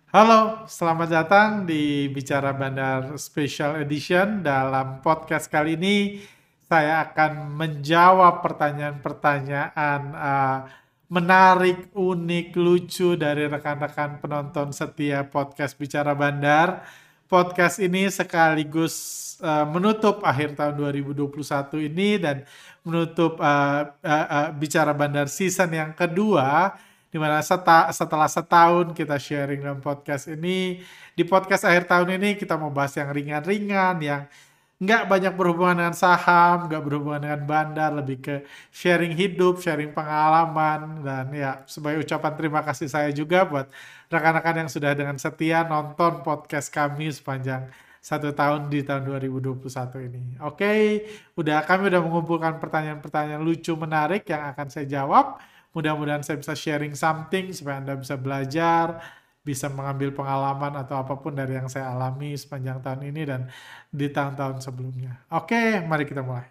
Halo, selamat datang di Bicara Bandar Special Edition. Dalam podcast kali ini, saya akan menjawab pertanyaan-pertanyaan menarik, unik, lucu dari rekan-rekan penonton setia podcast Bicara Bandar. Podcast ini sekaligus menutup akhir tahun 2021 ini dan menutup Bicara Bandar season yang kedua, di mana setelah setahun kita sharing dalam podcast ini. Di podcast akhir tahun ini kita mau bahas yang ringan-ringan, yang nggak banyak berhubungan dengan saham, nggak berhubungan dengan bandar, lebih ke sharing hidup, sharing pengalaman, dan ya sebagai ucapan terima kasih saya juga buat rekan-rekan yang sudah dengan setia nonton podcast kami sepanjang 1 tahun di tahun 2021 ini. Oke, kami udah mengumpulkan pertanyaan-pertanyaan lucu menarik yang akan saya jawab. Mudah-mudahan saya bisa sharing something supaya Anda bisa belajar, bisa mengambil pengalaman atau apapun dari yang saya alami sepanjang tahun ini dan di tahun-tahun sebelumnya. Oke, mari kita mulai.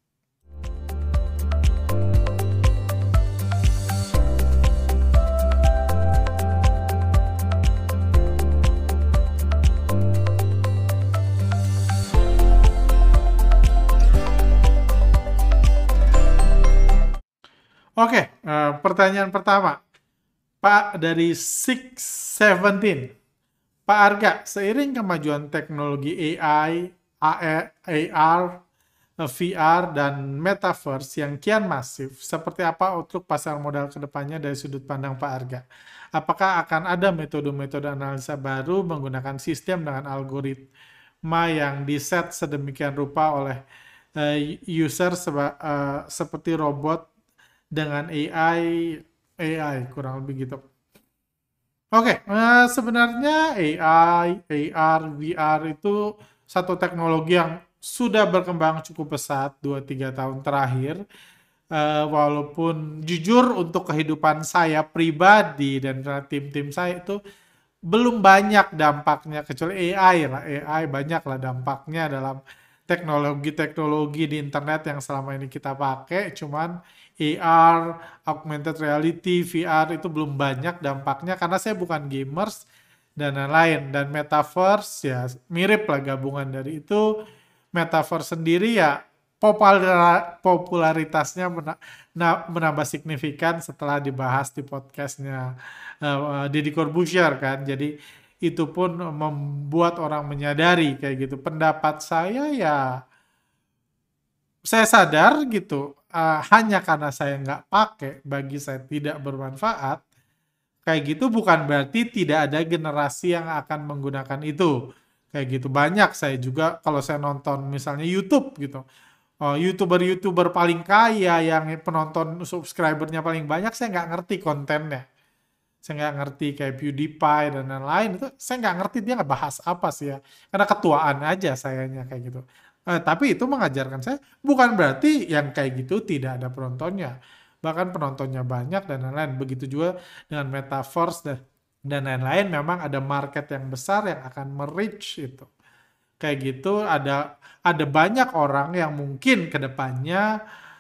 Oke, pertanyaan pertama. Pak dari 617. Pak Arga, seiring kemajuan teknologi AI, AR, VR, dan Metaverse yang kian masif, seperti apa outlook pasar modal ke depannya dari sudut pandang Pak Arga? Apakah akan ada metode-metode analisa baru menggunakan sistem dengan algoritma yang diset sedemikian rupa oleh user seperti robot dengan AI kurang lebih gitu. Oke, sebenarnya AI, AR, VR itu satu teknologi yang sudah berkembang cukup pesat 2-3 tahun terakhir. Walaupun jujur untuk kehidupan saya pribadi dan tim-tim saya itu belum banyak dampaknya, kecuali AI lah. AI banyak lah dampaknya dalam teknologi-teknologi di internet yang selama ini kita pakai. Cuman AR, augmented reality, VR itu belum banyak dampaknya karena saya bukan gamers dan lain-lain. Dan metaverse ya mirip lah gabungan dari itu. Metaverse sendiri ya popularitasnya menambah signifikan setelah dibahas di podcastnya Deddy Corbuzier kan. Jadi itu pun membuat orang menyadari kayak gitu. Pendapat saya ya, saya sadar gitu, hanya karena saya nggak pakai, bagi saya tidak bermanfaat, kayak gitu bukan berarti tidak ada generasi yang akan menggunakan itu. Kayak gitu. Banyak saya juga kalau saya nonton misalnya YouTube gitu. Oh, YouTuber-YouTuber paling kaya yang penonton subscribernya paling banyak, saya nggak ngerti kontennya. Saya nggak ngerti kayak PewDiePie dan lain-lain itu, saya nggak ngerti dia nggak bahas apa sih ya. Karena ketuaan aja sayanya kayak gitu. Tapi itu mengajarkan saya bukan berarti yang kayak gitu tidak ada penontonnya. Bahkan penontonnya banyak dan lain-lain. Begitu juga dengan Metaverse dan lain-lain, memang ada market yang besar yang akan merich itu. Kayak gitu, ada banyak orang yang mungkin kedepannya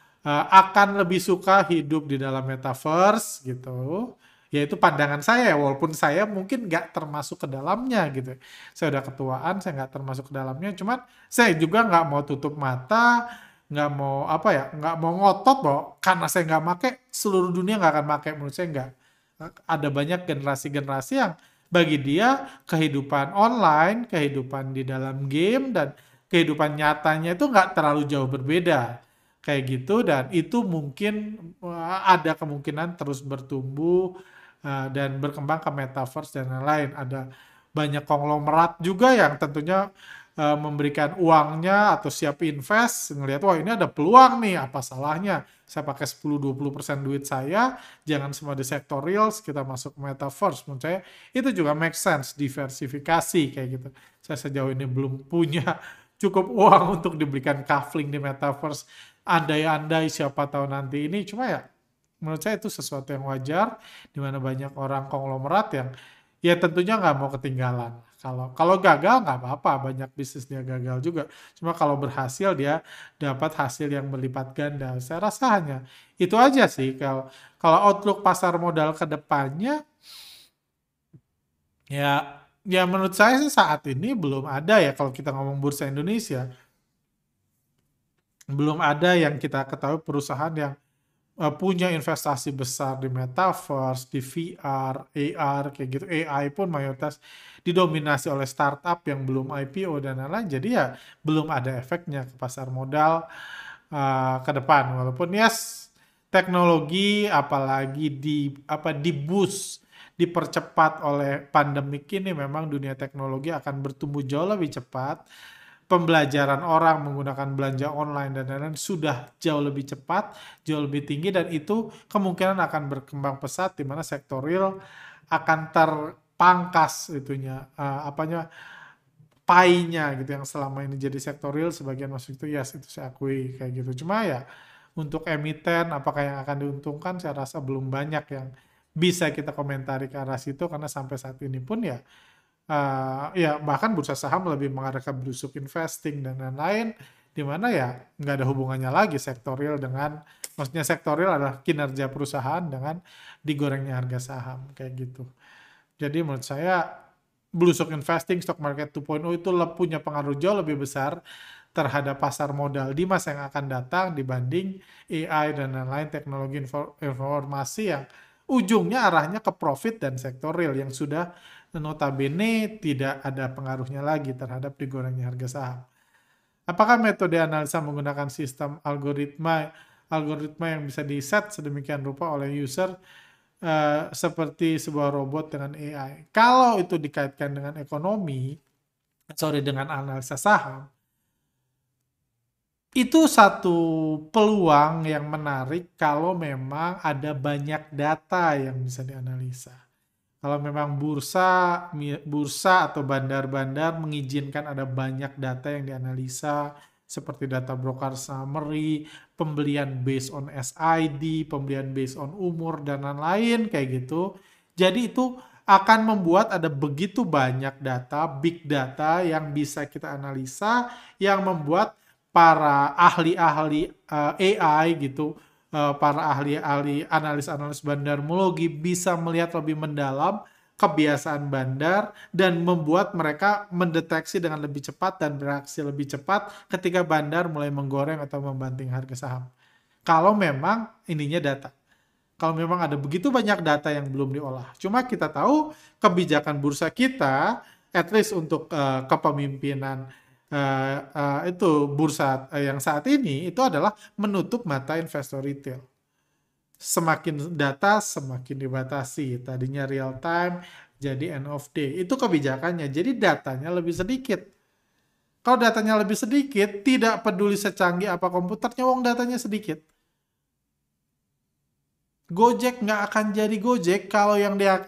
akan lebih suka hidup di dalam metaverse gitu. Yaitu pandangan saya, walaupun saya mungkin nggak termasuk ke dalamnya gitu. Saya udah ketuaan, saya nggak termasuk ke dalamnya. Cuman saya juga nggak mau tutup mata, nggak mau apa ya, nggak mau ngotot bahwa karena saya nggak make, seluruh dunia nggak akan make. Menurut saya nggak. Ada banyak generasi-generasi yang bagi dia kehidupan online, kehidupan di dalam game, dan kehidupan nyatanya itu nggak terlalu jauh berbeda kayak gitu, dan itu mungkin ada kemungkinan terus bertumbuh dan berkembang ke metaverse dan lain-lain. Ada banyak konglomerat juga yang tentunya memberikan uangnya atau siap invest, ngelihat wah ini ada peluang nih, apa salahnya saya pakai 10-20% duit saya, jangan semua di sektor reals, kita masuk metaverse. Menurut saya itu juga make sense, diversifikasi kayak gitu. Saya sejauh ini belum punya cukup uang untuk diberikan kafling di metaverse. Andai-andai siapa tahu nanti ini, cuma ya menurut saya itu sesuatu yang wajar, di mana banyak orang konglomerat yang ya tentunya nggak mau ketinggalan. Kalau gagal nggak apa-apa, banyak bisnis dia gagal juga. Cuma kalau berhasil dia dapat hasil yang berlipat ganda. Saya rasa hanya itu aja sih. Kalau outlook pasar modal ke depannya, Ya, ya menurut saya sih saat ini belum ada ya kalau kita ngomong bursa Indonesia, belum ada yang kita ketahui perusahaan yang punya investasi besar di metaverse, di VR, AR, kayak gitu. AI pun mayoritas didominasi oleh startup yang belum IPO dan lain-lain. Jadi ya belum ada efeknya ke pasar modal ke depan. Walaupun yes, teknologi apalagi di boost, dipercepat oleh pandemik ini, memang dunia teknologi akan bertumbuh jauh lebih cepat. Pembelajaran orang menggunakan belanja online dan lain-lain sudah jauh lebih cepat, jauh lebih tinggi, dan itu kemungkinan akan berkembang pesat di mana sektor real akan terpangkas itunya apanya pie-nya gitu yang selama ini jadi sektor real sebagian masuk itu, yes itu saya akui kayak gitu. Cuma ya untuk emiten apakah yang akan diuntungkan, saya rasa belum banyak yang bisa kita komentari ke arah situ, karena sampai saat ini pun ya ya bahkan bursa saham lebih mengarah ke busuk investing dan lain-lain, di mana ya nggak ada hubungannya lagi sektorial dengan, maksudnya sektorial adalah kinerja perusahaan dengan digorengnya harga saham kayak gitu. Jadi menurut saya busuk investing, stock market 2.0 itu punya pengaruh jauh lebih besar terhadap pasar modal di masa yang akan datang dibanding AI dan lain-lain teknologi informasi yang ujungnya arahnya ke profit dan sektor real yang sudah notabene tidak ada pengaruhnya lagi terhadap digorengnya harga saham. Apakah metode analisa menggunakan sistem algoritma yang bisa di-set sedemikian rupa oleh user seperti sebuah robot dengan AI? Kalau itu dikaitkan dengan ekonomi, dengan analisa saham, itu satu peluang yang menarik kalau memang ada banyak data yang bisa dianalisa. Kalau memang bursa atau bandar-bandar mengizinkan ada banyak data yang dianalisa, seperti data broker summary, pembelian based on SID, pembelian based on umur, dan lain-lain kayak gitu. Jadi itu akan membuat ada begitu banyak data, big data yang bisa kita analisa, yang membuat para ahli-ahli AI gitu, para ahli-ahli analis-analis bandarmologi bisa melihat lebih mendalam kebiasaan bandar dan membuat mereka mendeteksi dengan lebih cepat dan bereaksi lebih cepat ketika bandar mulai menggoreng atau membanting harga saham. Kalau memang ininya data. Kalau memang ada begitu banyak data yang belum diolah. Cuma kita tahu kebijakan bursa kita, at least untuk kepemimpinan itu bursa yang saat ini itu adalah menutup mata investor retail. Semakin data semakin dibatasi. Tadinya real time jadi end of day. Itu kebijakannya. Jadi datanya lebih sedikit. Kalau datanya lebih sedikit, tidak peduli secanggih apa komputernya, wong datanya sedikit. Gojek nggak akan jadi Gojek kalau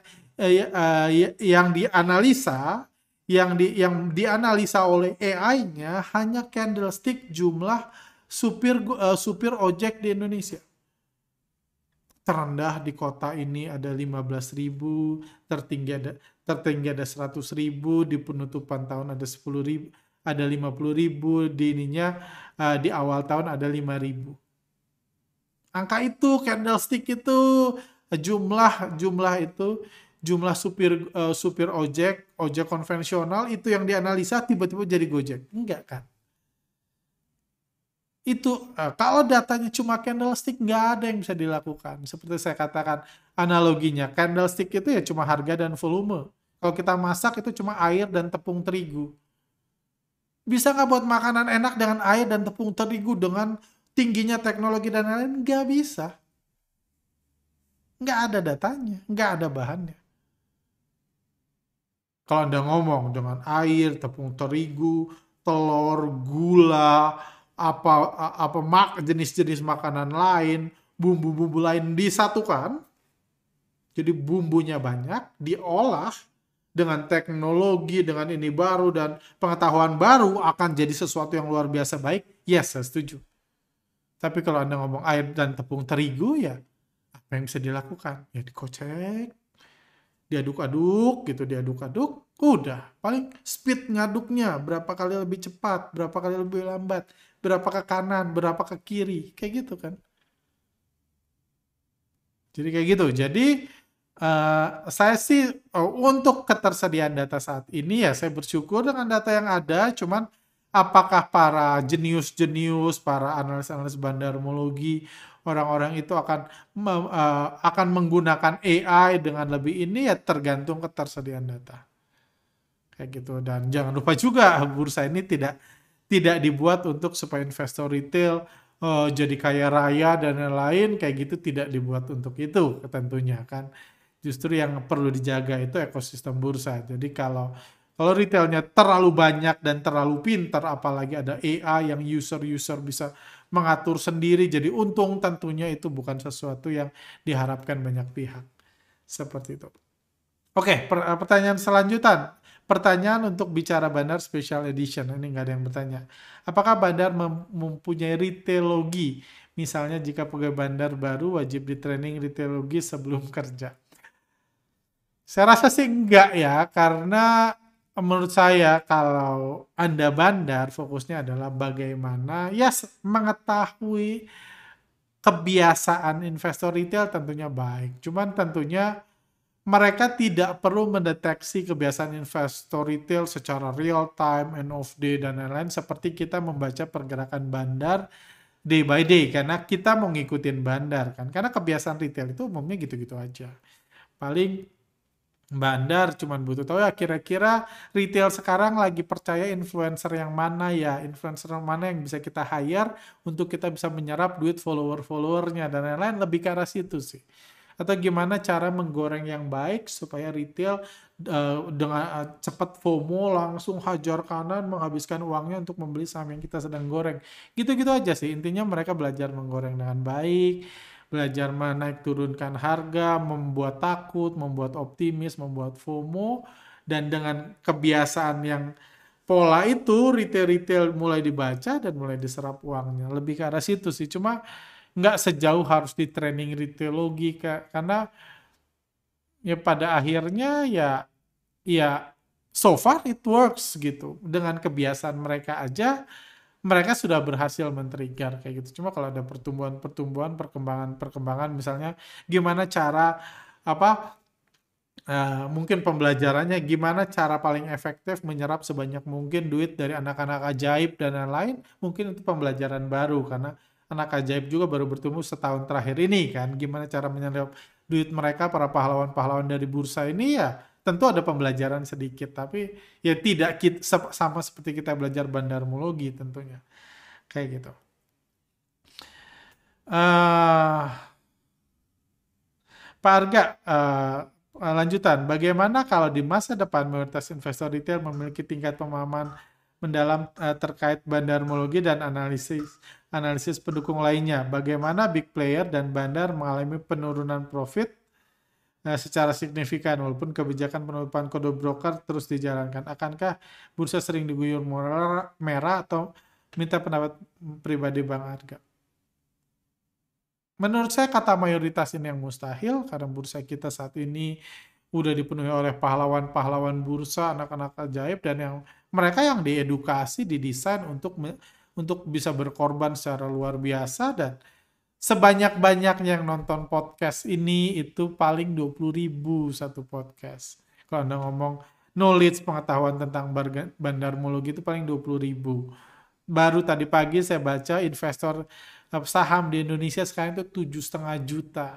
yang dianalisa, yang dianalisa oleh AI-nya hanya candlestick jumlah supir ojek di Indonesia. Terendah di kota ini ada 15.000, tertinggi ada 100.000, di penutupan tahun ada 10.000, ada 50.000, di ininya di awal tahun ada 5.000. Angka itu, candlestick itu, jumlah itu, jumlah supir ojek konvensional itu yang dianalisa tiba-tiba jadi Gojek. Enggak kan? Itu kalau datanya cuma candlestick nggak ada yang bisa dilakukan. Seperti saya katakan analoginya, candlestick itu ya cuma harga dan volume. Kalau kita masak itu cuma air dan tepung terigu. Bisa nggak buat makanan enak dengan air dan tepung terigu dengan tingginya teknologi dan lain-lain? Nggak bisa. Nggak ada datanya, nggak ada bahannya. Kalau Anda ngomong dengan air, tepung terigu, telur, gula, jenis-jenis makanan lain, bumbu-bumbu lain disatukan, jadi bumbunya banyak, diolah dengan teknologi, dengan ini baru dan pengetahuan baru akan jadi sesuatu yang luar biasa baik. Yes, saya setuju. Tapi kalau Anda ngomong air dan tepung terigu, ya apa yang bisa dilakukan? Ya dikocek, diaduk-aduk gitu, diaduk-aduk, udah. Paling speed ngaduknya berapa kali lebih cepat, berapa kali lebih lambat, berapa ke kanan, berapa ke kiri, kayak gitu kan. Jadi kayak gitu. Jadi Saya sih untuk ketersediaan data saat ini ya saya bersyukur dengan data yang ada, cuman apakah para jenius-jenius, para analis-analis bandarmologi, orang-orang itu akan menggunakan AI dengan lebih ini ya tergantung ketersediaan data. Kayak gitu. Dan jangan lupa juga bursa ini tidak dibuat untuk supaya investor retail jadi kaya raya dan lain-lain kayak gitu, tidak dibuat untuk itu tentunya kan. Justru yang perlu dijaga itu ekosistem bursa. Jadi kalau retailnya terlalu banyak dan terlalu pintar, apalagi ada AI yang user-user bisa mengatur sendiri, jadi untung tentunya itu bukan sesuatu yang diharapkan banyak pihak. Seperti itu. Oke, pertanyaan selanjutnya. Pertanyaan untuk bicara bandar special edition. Ini nggak ada yang bertanya. Apakah bandar mempunyai retailologi? Misalnya jika pegawai bandar baru wajib di training retailologi sebelum kerja. Saya rasa sih enggak ya, karena menurut saya kalau Anda bandar, fokusnya adalah bagaimana ya mengetahui kebiasaan investor retail tentunya baik. Cuman tentunya mereka tidak perlu mendeteksi kebiasaan investor retail secara real time, end of day, dan lain-lain seperti kita membaca pergerakan bandar day by day, karena kita mau ngikutin bandar kan. Karena kebiasaan retail itu umumnya gitu-gitu aja. Paling bandar cuman butuh tahu ya kira-kira retail sekarang lagi percaya influencer yang mana ya, influencer yang mana yang bisa kita hire untuk kita bisa menyerap duit follower-followernya dan lain-lain, lebih ke arah situ sih. Atau gimana cara menggoreng yang baik supaya retail dengan cepat FOMO langsung hajar kanan menghabiskan uangnya untuk membeli saham yang kita sedang goreng. Gitu-gitu aja sih. Intinya mereka belajar menggoreng dengan baik, belajar menaik turunkan harga, membuat takut, membuat optimis, membuat FOMO, dan dengan kebiasaan yang pola itu retail-retail mulai dibaca dan mulai diserap uangnya. Lebih ke arah situ sih. Cuma nggak sejauh harus di training retailologi karena ya pada akhirnya ya so far it works gitu. Dengan kebiasaan mereka aja mereka sudah berhasil men-trigger kayak gitu. Cuma kalau ada pertumbuhan-pertumbuhan, perkembangan-perkembangan, misalnya gimana cara mungkin pembelajarannya gimana cara paling efektif menyerap sebanyak mungkin duit dari anak-anak ajaib dan lain-lain, mungkin itu pembelajaran baru karena anak ajaib juga baru bertumbuh setahun terakhir ini kan. Gimana cara menyerap duit mereka para pahlawan-pahlawan dari bursa ini ya tentu ada pembelajaran sedikit, tapi ya tidak sama seperti kita belajar bandarmologi tentunya. Kayak gitu. Eh Pak Arga, lanjutan. Bagaimana kalau di masa depan mayoritas investor retail memiliki tingkat pemahaman mendalam terkait bandarmologi dan analisis pendukung lainnya? Bagaimana big player dan bandar mengalami penurunan profit secara signifikan walaupun kebijakan penutupan kode broker terus dijalankan? Akankah bursa sering diguyur merah atau minta pendapat pribadi Bang Arga? Menurut saya kata mayoritas ini yang mustahil karena bursa kita saat ini udah dipenuhi oleh pahlawan-pahlawan bursa, anak-anak ajaib dan yang mereka yang diedukasi, didesain untuk bisa berkorban secara luar biasa dan sebanyak-banyaknya yang nonton podcast ini itu paling 20.000 satu podcast. Kalau Anda ngomong knowledge pengetahuan tentang bandarmologi itu paling 20.000. Baru tadi pagi saya baca investor saham di Indonesia sekarang itu 7,5 juta.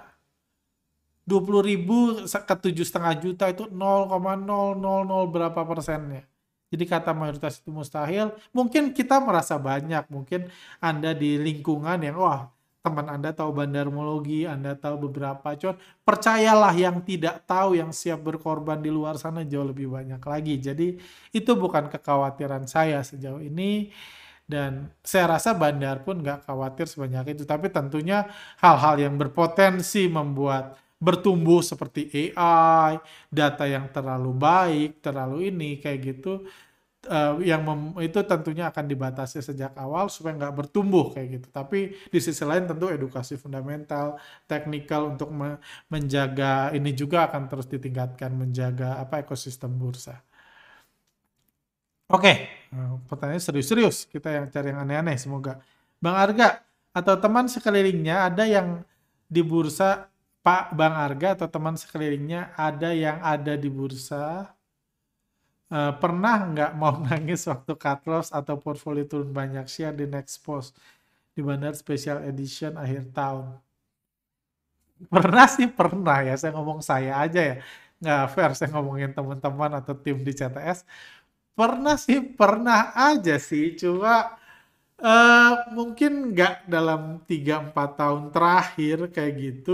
20.000 ke 7,5 juta itu 0,000 berapa persennya. Jadi kata mayoritas itu mustahil. Mungkin kita merasa banyak. Mungkin Anda di lingkungan yang wah teman Anda tahu bandarmologi, Anda tahu beberapa. Cuman percayalah yang tidak tahu, yang siap berkorban di luar sana jauh lebih banyak lagi. Jadi itu bukan kekhawatiran saya sejauh ini. Dan saya rasa bandar pun nggak khawatir sebanyak itu. Tapi tentunya hal-hal yang berpotensi membuat bertumbuh seperti AI, data yang terlalu baik, terlalu ini, kayak gitu, itu tentunya akan dibatasi sejak awal supaya nggak bertumbuh kayak gitu. Tapi di sisi lain tentu edukasi fundamental, teknikal untuk menjaga ini juga akan terus ditingkatkan, menjaga ekosistem bursa. Oke, pertanyaan serius-serius. Kita yang cari yang aneh-aneh semoga. Bang Arga atau teman sekelilingnya ada yang di bursa Pak Bang Arga atau teman sekelilingnya ada yang ada di bursa, pernah nggak mau nangis waktu cut loss atau portfolio turun banyak share di next post di bandar special edition akhir tahun? Pernah sih pernah ya, saya ngomong saya aja ya. Nggak fair saya ngomongin teman-teman atau tim di CTS. Pernah sih, pernah aja sih. Cuma mungkin nggak dalam 3-4 tahun terakhir kayak gitu.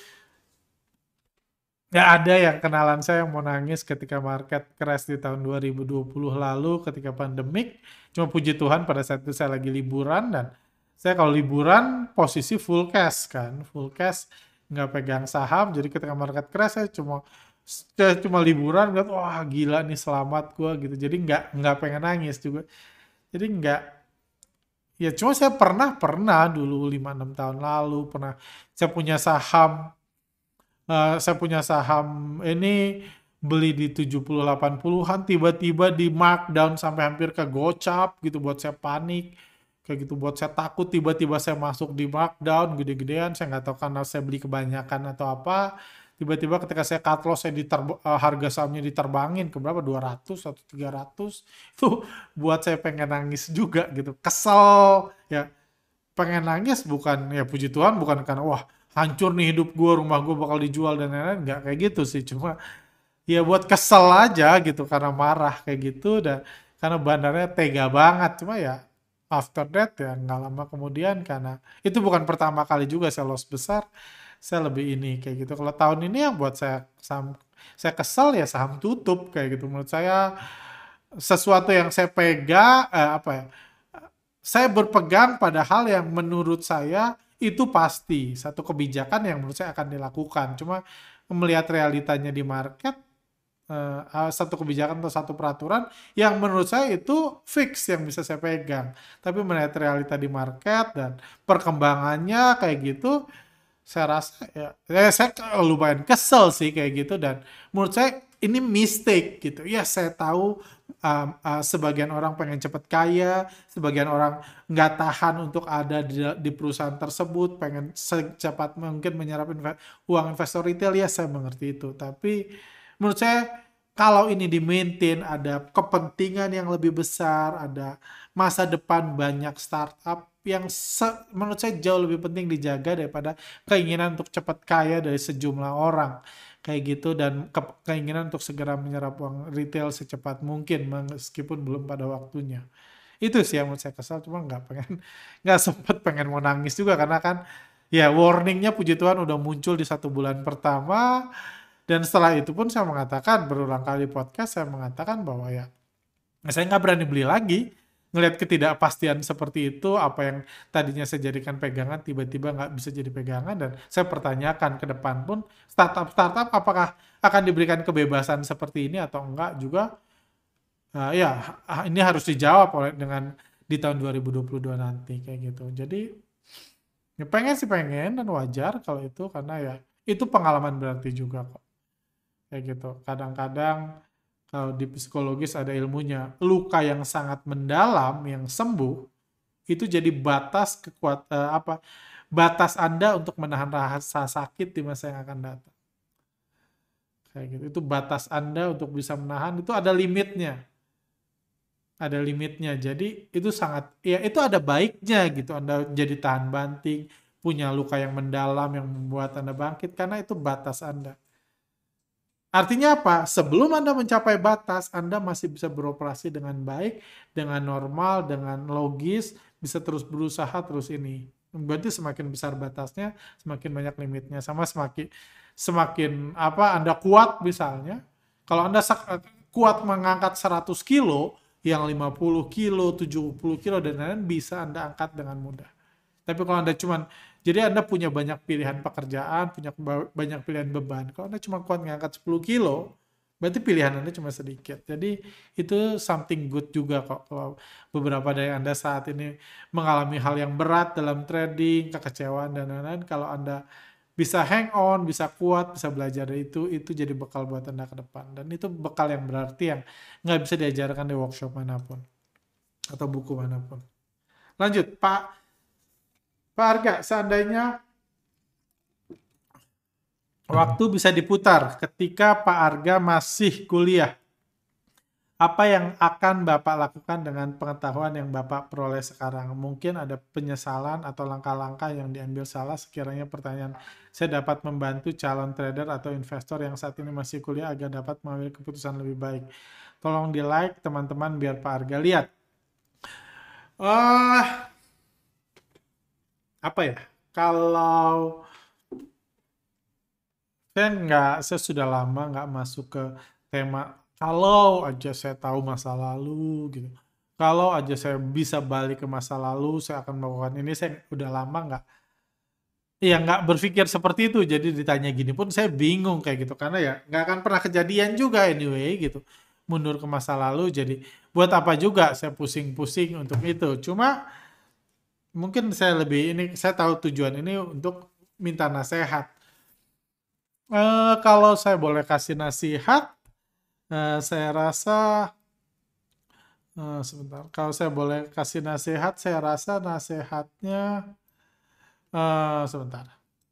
Nggak ada yang kenalan saya yang mau nangis ketika market crash di tahun 2020 lalu ketika pandemik. Cuma puji Tuhan pada saat itu saya lagi liburan dan saya kalau liburan posisi full cash kan, full cash nggak pegang saham. Jadi ketika market crash saya cuma liburan, lihat wah gila nih selamat gua gitu. Jadi nggak pengen nangis juga. Jadi nggak ya cuma saya pernah dulu 5-6 tahun lalu pernah saya punya saham. Saya punya saham ini beli di 70-80-an tiba-tiba di markdown sampai hampir ke gocap gitu buat saya panik kayak gitu buat saya takut tiba-tiba saya masuk di markdown gede-gedean saya nggak tahu karena saya beli kebanyakan atau apa tiba-tiba ketika saya cut loss harga sahamnya diterbangin ke berapa 200 atau 300 itu buat saya pengen nangis juga gitu kesel ya pengen nangis bukan ya puji Tuhan bukan karena wah hancur nih hidup gue rumah gue bakal dijual dan lain-lain nggak kayak gitu sih cuma ya buat kesel aja gitu karena marah kayak gitu dan karena bandarnya tega banget cuma ya after that ya nggak lama kemudian karena itu bukan pertama kali juga saya loss besar saya lebih ini kayak gitu kalau tahun ini yang buat saya kesel ya saham tutup kayak gitu menurut saya sesuatu yang saya pegang apa ya saya berpegang pada hal yang menurut saya itu pasti satu kebijakan yang menurut saya akan dilakukan. Cuma melihat realitanya di market, satu kebijakan atau satu peraturan yang menurut saya itu fix yang bisa saya pegang. Tapi melihat realita di market dan perkembangannya kayak gitu, saya rasa ya saya lumayan kesel sih kayak gitu dan menurut saya ini mistake gitu. Ya saya tahu sebagian orang pengen cepat kaya, sebagian orang nggak tahan untuk ada di perusahaan tersebut, pengen secepat mungkin menyerap uang investor retail ya saya mengerti itu. Tapi menurut saya kalau ini di-maintain ada kepentingan yang lebih besar, ada masa depan banyak startup yang menurut saya jauh lebih penting dijaga daripada keinginan untuk cepat kaya dari sejumlah orang kayak gitu dan keinginan untuk segera menyerap uang retail secepat mungkin meskipun belum pada waktunya. Itu sih yang menurut saya kesal cuma nggak pengen nggak sempet pengen mau nangis juga karena kan ya warningnya puji Tuhan udah muncul di 1 bulan pertama dan setelah itu pun saya mengatakan berulang kali podcast saya mengatakan bahwa ya saya nggak berani beli lagi ngelihat ketidakpastian seperti itu apa yang tadinya saya jadikan pegangan tiba-tiba nggak bisa jadi pegangan dan saya pertanyakan ke depan pun startup apakah akan diberikan kebebasan seperti ini atau enggak juga ya ini harus dijawab dengan di tahun 2022 nanti kayak gitu jadi ya pengen sih pengen dan wajar kalau itu karena ya itu pengalaman berarti juga kok kayak gitu kadang-kadang kalau di psikologis ada ilmunya, luka yang sangat mendalam yang sembuh itu jadi batas Anda untuk menahan rasa sakit di masa yang akan datang. Kayak gitu. Itu batas Anda untuk bisa menahan itu ada limitnya. Ada limitnya. Jadi itu sangat ya itu ada baiknya gitu. Anda jadi tahan banting, punya luka yang mendalam yang membuat Anda bangkit karena itu batas Anda. Artinya apa? Sebelum Anda mencapai batas, Anda masih bisa beroperasi dengan baik, dengan normal, dengan logis, bisa terus berusaha, terus ini. Berarti semakin besar batasnya, semakin banyak limitnya. Sama semakin apa Anda kuat misalnya. Kalau Anda kuat mengangkat 100 kilo, yang 50 kilo, 70 kilo, dan lain-lain bisa Anda angkat dengan mudah. Tapi kalau Anda jadi Anda punya banyak pilihan pekerjaan, punya banyak pilihan beban. Kalau Anda cuma kuat ngangkat 10 kilo, berarti pilihan Anda cuma sedikit. Jadi itu something good juga kok. Kalau beberapa dari Anda saat ini mengalami hal yang berat dalam trading, kekecewaan, dan lain-lain, kalau Anda bisa hang on, bisa kuat, bisa belajar dari itu jadi bekal buat Anda ke depan. Dan itu bekal yang berarti yang nggak bisa diajarkan di workshop manapun atau buku manapun. Lanjut, Pak Arga, seandainya Waktu bisa diputar ketika Pak Arga masih kuliah. Apa yang akan Bapak lakukan dengan pengetahuan yang Bapak peroleh sekarang? Mungkin ada penyesalan atau langkah-langkah yang diambil salah sekiranya pertanyaan saya dapat membantu calon trader atau investor yang saat ini masih kuliah agar dapat mengambil keputusan lebih baik. Tolong di like teman-teman biar Pak Arga lihat. Ah, apa ya? Kalau saya sudah lama nggak masuk ke tema kalau aja saya tahu masa lalu gitu. Kalau aja saya bisa balik ke masa lalu, saya akan melakukan ini. Saya udah lama nggak berpikir seperti itu. Jadi ditanya gini pun saya bingung kayak gitu karena ya nggak akan pernah kejadian juga anyway gitu. Mundur ke masa lalu, jadi buat apa juga saya pusing-pusing untuk itu. Cuma mungkin saya tahu tujuan ini untuk minta nasihat. Kalau saya boleh kasih nasihat, saya rasa sebentar. Kalau saya boleh kasih nasihat, saya rasa nasihatnya sebentar.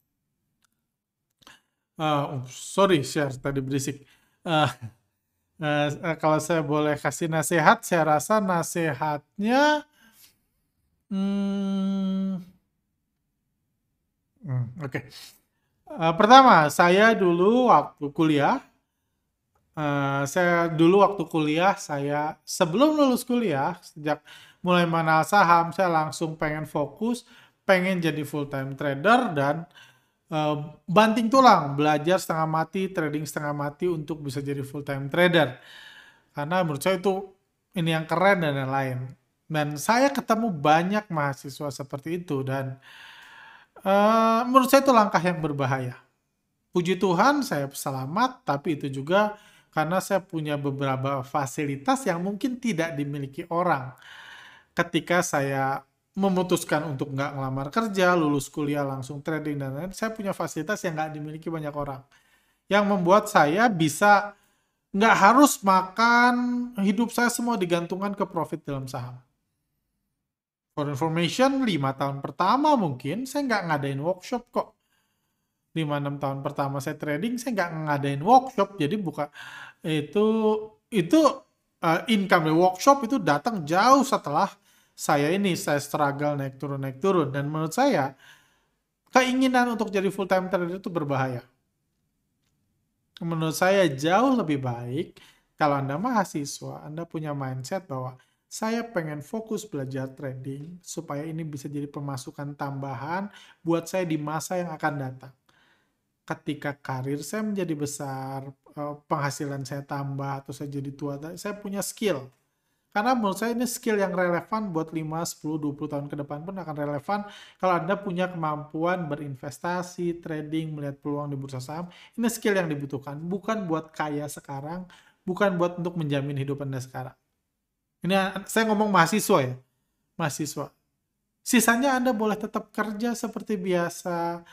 Sorry, share tadi berisik. Eh, kalau saya boleh kasih nasihat, saya rasa nasihatnya, hmm, oke. Pertama, saya dulu waktu kuliah, saya sebelum lulus kuliah, sejak mulai mengenal saham, saya langsung pengen fokus, pengen jadi full time trader dan banting tulang, belajar setengah mati, trading setengah mati untuk bisa jadi full time trader. Karena menurut saya itu ini yang keren dan lain-lain. Dan saya ketemu banyak mahasiswa seperti itu dan menurut saya itu langkah yang berbahaya. Puji Tuhan saya selamat, tapi itu juga karena saya punya beberapa fasilitas yang mungkin tidak dimiliki orang. Ketika saya memutuskan untuk nggak ngelamar kerja, lulus kuliah langsung trading dan lain-lain, saya punya fasilitas yang nggak dimiliki banyak orang. Yang membuat saya bisa nggak harus makan, hidup saya semua digantungkan ke profit dalam saham. For information, 5 tahun pertama mungkin saya nggak ngadain workshop kok. 5-6 tahun pertama saya trading, saya nggak ngadain workshop. Jadi itu income dari workshop itu datang jauh setelah saya struggle naik turun. Dan menurut saya, keinginan untuk jadi full time trader itu berbahaya. Menurut saya jauh lebih baik kalau Anda mahasiswa, Anda punya mindset bahwa saya pengen fokus belajar trading supaya ini bisa jadi pemasukan tambahan buat saya di masa yang akan datang. Ketika karir saya menjadi besar, penghasilan saya tambah, atau saya jadi tua, saya punya skill. Karena menurut saya ini skill yang relevan buat 5, 10, 20 tahun ke depan pun akan relevan kalau Anda punya kemampuan berinvestasi, trading, melihat peluang di bursa saham. Ini skill yang dibutuhkan, bukan buat kaya sekarang, bukan buat untuk menjamin hidup Anda sekarang. Ini saya ngomong mahasiswa ya, mahasiswa. Sisanya Anda boleh tetap kerja seperti biasa,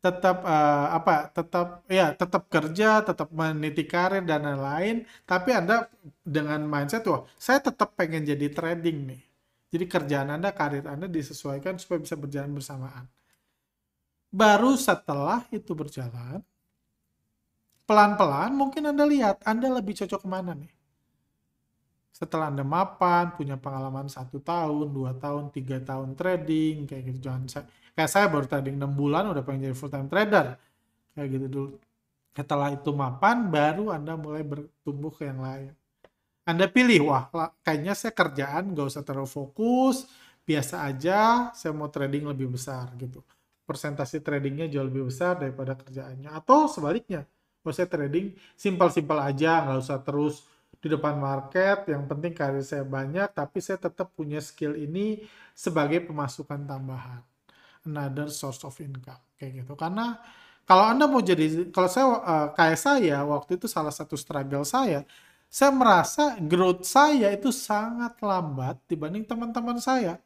tetap kerja, tetap meniti karir dan lain-lain, tapi Anda dengan mindset, wah, saya tetap pengen jadi trading nih. Jadi kerjaan Anda, karir Anda disesuaikan supaya bisa berjalan bersamaan. Baru setelah itu berjalan, pelan-pelan mungkin Anda lihat, Anda lebih cocok kemana nih. Setelah Anda mapan, punya pengalaman 1 tahun, 2 tahun, 3 tahun trading, kayak gitu. Kayak saya baru trading 6 bulan, udah pengen jadi full time trader. Kayak gitu dulu. Setelah itu mapan, baru Anda mulai bertumbuh ke yang lain. Anda pilih, wah kayaknya saya kerjaan gak usah terlalu fokus, biasa aja, saya mau trading lebih besar gitu. Persentase tradingnya jauh lebih besar daripada kerjaannya. Atau sebaliknya, kalau saya trading simpel-simpel aja, nggak usah terus di depan market, yang penting karir saya banyak, tapi saya tetap punya skill ini sebagai pemasukan tambahan. Another source of income, kayak gitu. Karena kalau Anda mau kalau saya, kayak saya, waktu itu salah satu struggle saya merasa growth saya itu sangat lambat dibanding teman-teman saya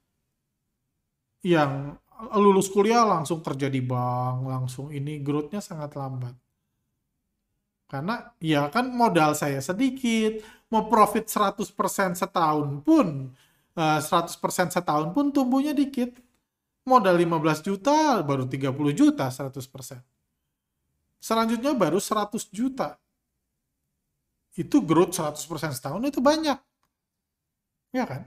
yang lulus kuliah langsung kerja di bank, langsung ini growth-nya sangat lambat. Karena ya kan modal saya sedikit, mau profit 100% setahun pun, 100% setahun pun tumbuhnya dikit. Modal 15 juta, baru 30 juta 100%. Selanjutnya baru 100 juta. Itu growth 100% setahun itu banyak. Ya kan?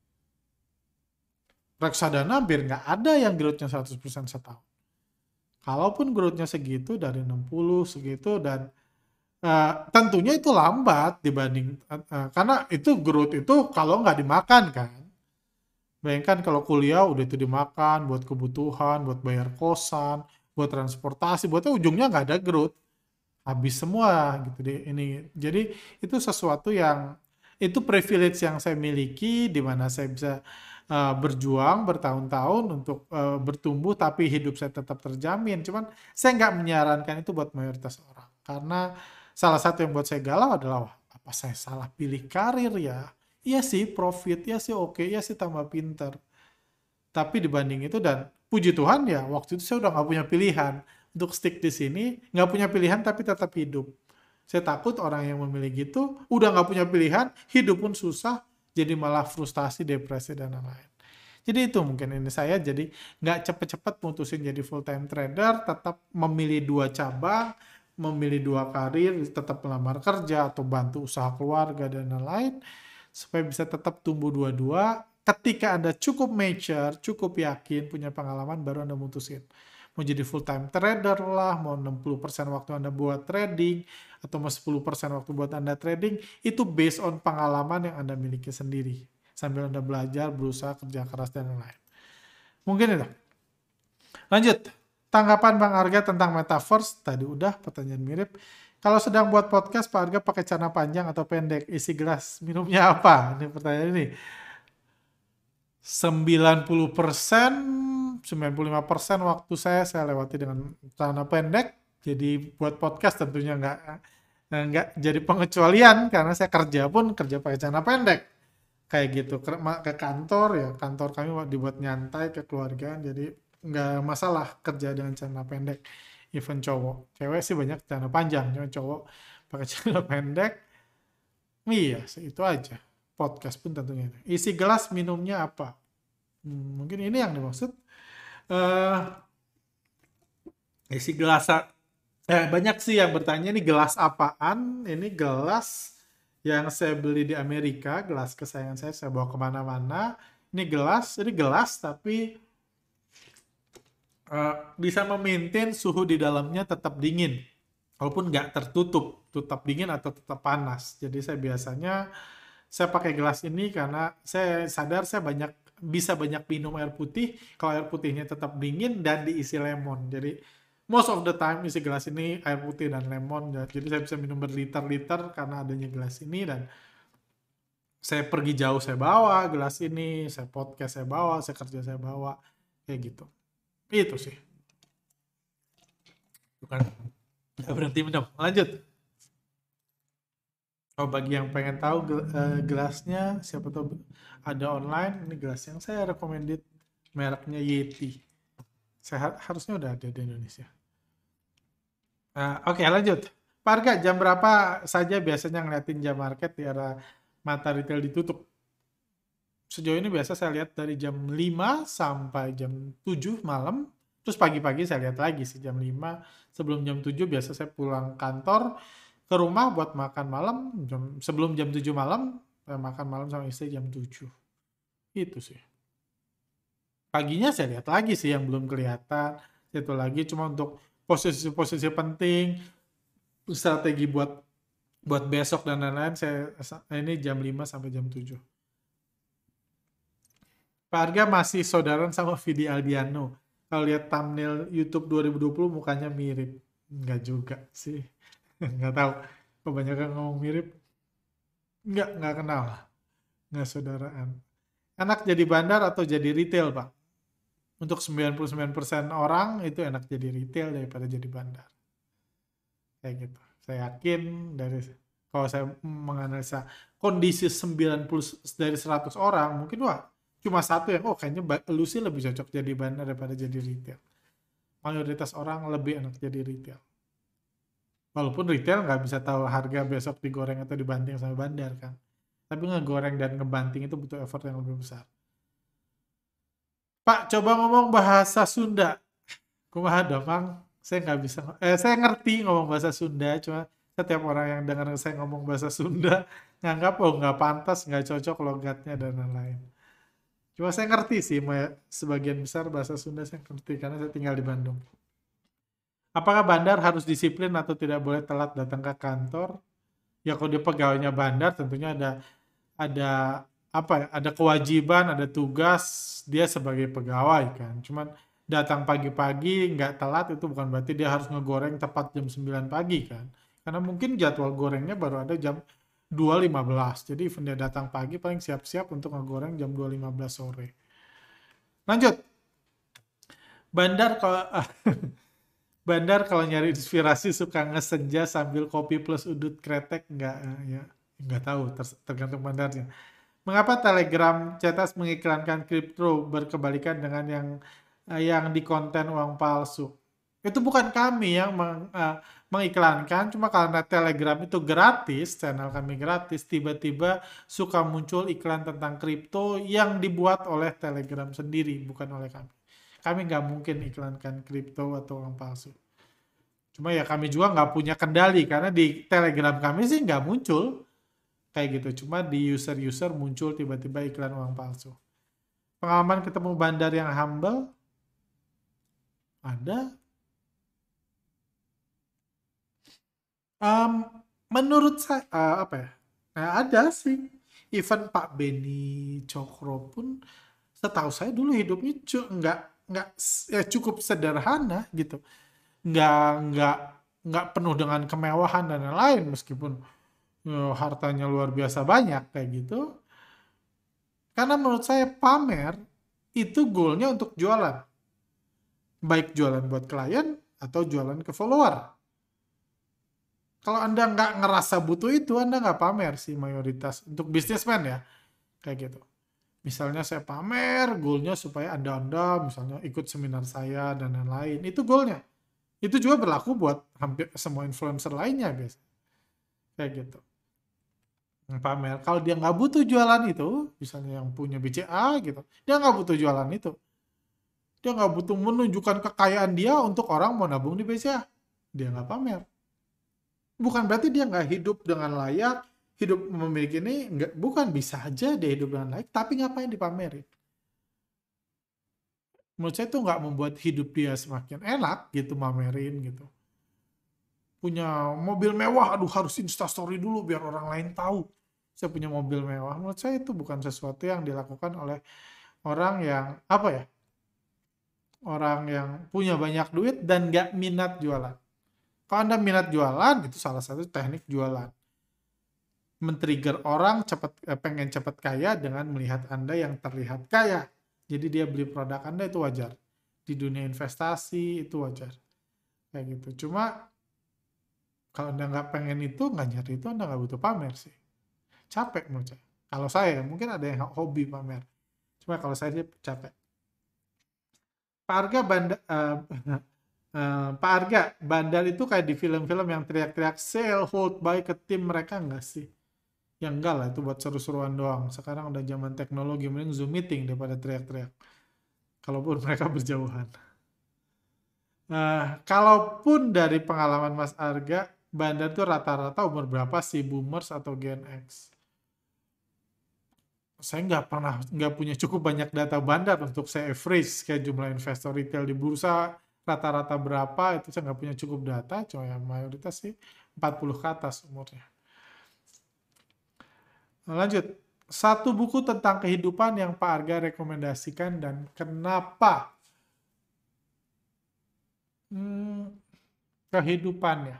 Reksadana hampir nggak ada yang growth-nya 100% setahun. Kalaupun growth-nya segitu dari 60 segitu dan tentunya itu lambat dibanding karena itu growth itu kalau nggak dimakan kan. Bayangkan kalau kuliah udah itu dimakan buat kebutuhan, buat bayar kosan, buat transportasi, buatnya ujungnya nggak ada growth, habis semua gitu deh ini. Jadi itu sesuatu yang itu privilege yang saya miliki di mana saya bisa berjuang bertahun-tahun untuk bertumbuh tapi hidup saya tetap terjamin. Cuman saya nggak menyarankan itu buat mayoritas orang karena salah satu yang buat saya galau adalah wah, apa saya salah pilih karir ya? Iya sih profit, iya sih oke, iya sih tambah pinter. Tapi dibanding itu dan puji Tuhan ya waktu itu saya udah nggak punya pilihan untuk stick di sini, nggak punya pilihan tapi tetap hidup. Saya takut orang yang memilih gitu udah nggak punya pilihan, hidup pun susah, jadi malah frustasi, depresi dan lain-lain. Jadi itu mungkin ini saya jadi nggak cepet-cepet mutusin jadi full time trader, tetap memilih dua cabang, memilih dua karir, tetap melamar kerja atau bantu usaha keluarga dan lain-lain supaya bisa tetap tumbuh dua-dua. Ketika Anda cukup mature, cukup yakin, punya pengalaman, baru Anda mutusin. Mau jadi full time trader lah, mau 60% waktu Anda buat trading, atau mau 10% waktu buat Anda trading, itu based on pengalaman yang Anda miliki sendiri. Sambil Anda belajar, berusaha, kerja keras, dan lain-lain. Mungkin itu. Lanjut. Tanggapan Bang Arga tentang metaverse, tadi udah pertanyaan mirip. Kalau sedang buat podcast, Pak Arga pakai celana panjang atau pendek? Isi gelas minumnya apa? Ini pertanyaan ini. 90%, 95% waktu saya lewati dengan celana pendek. Jadi buat podcast tentunya nggak jadi pengecualian karena saya kerja pun kerja pakai celana pendek. Kayak gitu. Ke kantor ya, kantor kami dibuat nyantai kekeluargaan. Jadi nggak masalah kerja dengan celana pendek. Even cowok. Cewek sih banyak celana panjang. Cuma cowok pakai celana pendek. Iya, itu aja. Podcast pun tentunya. Isi gelas minumnya apa? Mungkin ini yang dimaksud. Eh isi gelas. Banyak sih yang bertanya ini gelas apaan? Ini gelas yang saya beli di Amerika. Gelas kesayangan saya bawa kemana-mana. Ini gelas tapi bisa memaintain suhu di dalamnya tetap dingin. Walaupun nggak tertutup, tetap dingin atau tetap panas. Jadi saya pakai gelas ini karena saya sadar saya bisa banyak minum air putih kalau air putihnya tetap dingin dan diisi lemon. Jadi most of the time isi gelas ini air putih dan lemon. Jadi saya bisa minum berliter-liter karena adanya gelas ini dan saya pergi jauh saya bawa gelas ini, saya podcast saya bawa, saya kerja saya bawa kayak gitu. Itu sih. Bukan. Berhenti minum. Lanjut. Oh, bagi yang pengen tahu gelasnya, siapa tahu ada online, ini gelas yang saya recommended, mereknya Yeti. Harusnya udah ada di Indonesia. Oke, lanjut. Pak Arga, jam berapa saja biasanya ngeliatin jam market di era mata retail ditutup? Sejauh ini biasa saya lihat dari jam 5 sampai jam 7 malam. Terus pagi-pagi saya lihat lagi sih jam 5. Sebelum jam 7 biasa saya pulang kantor ke rumah buat makan malam. Sebelum jam 7 malam, saya makan malam sama istri jam 7. Itu sih. Paginya saya lihat lagi sih yang belum kelihatan. Itu lagi cuma untuk posisi-posisi penting, strategi buat besok dan lain-lain, ini jam 5 sampai jam 7. Pak Arga masih saudaraan sama Vidi Aldiano. Kalau lihat thumbnail YouTube 2020 mukanya mirip. Enggak juga sih. Enggak tahu. Kebanyakan ngomong mirip. Enggak kenal. Enggak saudaraan. Enak jadi bandar atau jadi retail, Pak? Untuk 99% orang itu enak jadi retail daripada jadi bandar. Kayak gitu. Saya yakin kalau saya menganalisa kondisi 90 dari 100 orang, mungkin cuma satu yang kayaknya lu sih lebih cocok jadi bandar daripada jadi retail. Mayoritas orang lebih enak jadi retail. Walaupun retail nggak bisa tahu harga besok digoreng atau dibanting sama bandar kan. Tapi ngegoreng dan ngebanting itu butuh effort yang lebih besar. Pak, coba ngomong bahasa Sunda. Kumaha Mang? Saya nggak bisa, saya ngerti ngomong bahasa Sunda, cuma setiap orang yang dengar saya ngomong bahasa Sunda nganggap oh nggak pantas, nggak cocok logatnya dan lain-lain. Cuma saya ngerti sih, sebagian besar bahasa Sunda saya ngerti karena saya tinggal di Bandung. Apakah bandar harus disiplin atau tidak boleh telat datang ke kantor? Ya kalau dia pegawainya bandar tentunya ada apa ya, ada kewajiban, ada tugas dia sebagai pegawai kan. Cuman datang pagi-pagi nggak telat itu bukan berarti dia harus ngegoreng tepat jam 9 pagi kan. Karena mungkin jadwal gorengnya baru ada jam 2.15. Jadi even dia datang pagi paling siap-siap untuk ngegoreng jam 2.15 sore. Lanjut. Bandar kalau Bandar kalau nyari inspirasi suka ngesenja sambil kopi plus udut kretek nggak ya nggak tahu tergantung bandarnya. Mengapa Telegram cetas mengiklankan kripto berkebalikan dengan yang di konten uang palsu? Itu bukan kami yang mengiklankan, cuma karena Telegram itu gratis, channel kami gratis, tiba-tiba suka muncul iklan tentang kripto yang dibuat oleh Telegram sendiri, bukan oleh kami. Kami nggak mungkin iklankan kripto atau uang palsu. Cuma ya kami juga nggak punya kendali, karena di Telegram kami sih nggak muncul kayak gitu. Cuma di user-user muncul tiba-tiba iklan uang palsu. Pengalaman ketemu bandar yang humble? Ada. Um, menurut saya, apa ya? Ada sih. Even Pak Beni Cokro pun, setahu saya dulu hidupnya nggak ya cukup sederhana gitu. Nggak nggak penuh dengan kemewahan dan lain-lain meskipun hartanya luar biasa banyak kayak gitu. Karena menurut saya pamer itu goalnya untuk jualan. Baik jualan buat klien atau jualan ke follower. Kalau Anda nggak ngerasa butuh itu, Anda nggak pamer sih mayoritas. Untuk bisnismen ya, kayak gitu. Misalnya saya pamer, goalnya supaya Anda misalnya ikut seminar saya dan lain-lain. Itu goalnya. Itu juga berlaku buat hampir semua influencer lainnya biasa. Kayak gitu. Pamer. Kalau dia nggak butuh jualan itu, misalnya yang punya BCA gitu, dia nggak butuh jualan itu. Dia nggak butuh menunjukkan kekayaan dia untuk orang mau nabung di BCA. Dia nggak pamer. Bukan berarti dia nggak hidup dengan layak, hidup memiliki ini, nggak, bukan, bisa aja dia hidup dengan layak, tapi ngapain dipamerin? Menurut saya itu nggak membuat hidup dia semakin enak gitu, mamerin gitu. Punya mobil mewah, aduh harus instastory dulu biar orang lain tahu saya punya mobil mewah. Menurut saya itu bukan sesuatu yang dilakukan oleh orang yang apa ya, orang yang punya banyak duit dan nggak minat jualan. Kalau Anda minat jualan, itu salah satu teknik jualan. Men-trigger orang pengen cepat kaya dengan melihat Anda yang terlihat kaya. Jadi dia beli produk Anda, itu wajar. Di dunia investasi itu wajar. Kayak gitu. Cuma kalau Anda nggak pengen itu, nggak nyari itu, Anda nggak butuh pamer sih. Capek menurut saya. Kalau saya, mungkin ada yang hobi pamer. Cuma kalau saya sih capek. Pak Arga Pak Arga, bandar itu kayak di film-film yang teriak-teriak sell, hold, buy ke tim mereka nggak sih? Ya enggak lah, itu buat seru-seruan doang. Sekarang udah zaman teknologi, mending Zoom meeting daripada teriak-teriak. Kalaupun mereka berjauhan. Kalaupun dari pengalaman Mas Arga, bandar tuh rata-rata umur berapa sih, boomers atau Gen X? Saya nggak punya cukup banyak data bandar untuk saya average kayak jumlah investor retail di bursa rata-rata berapa, itu saya nggak punya cukup data, cuma yang mayoritas sih 40 ke atas umurnya. Lanjut, satu buku tentang kehidupan yang Pak Arga rekomendasikan dan kenapa? Hmm, kehidupannya.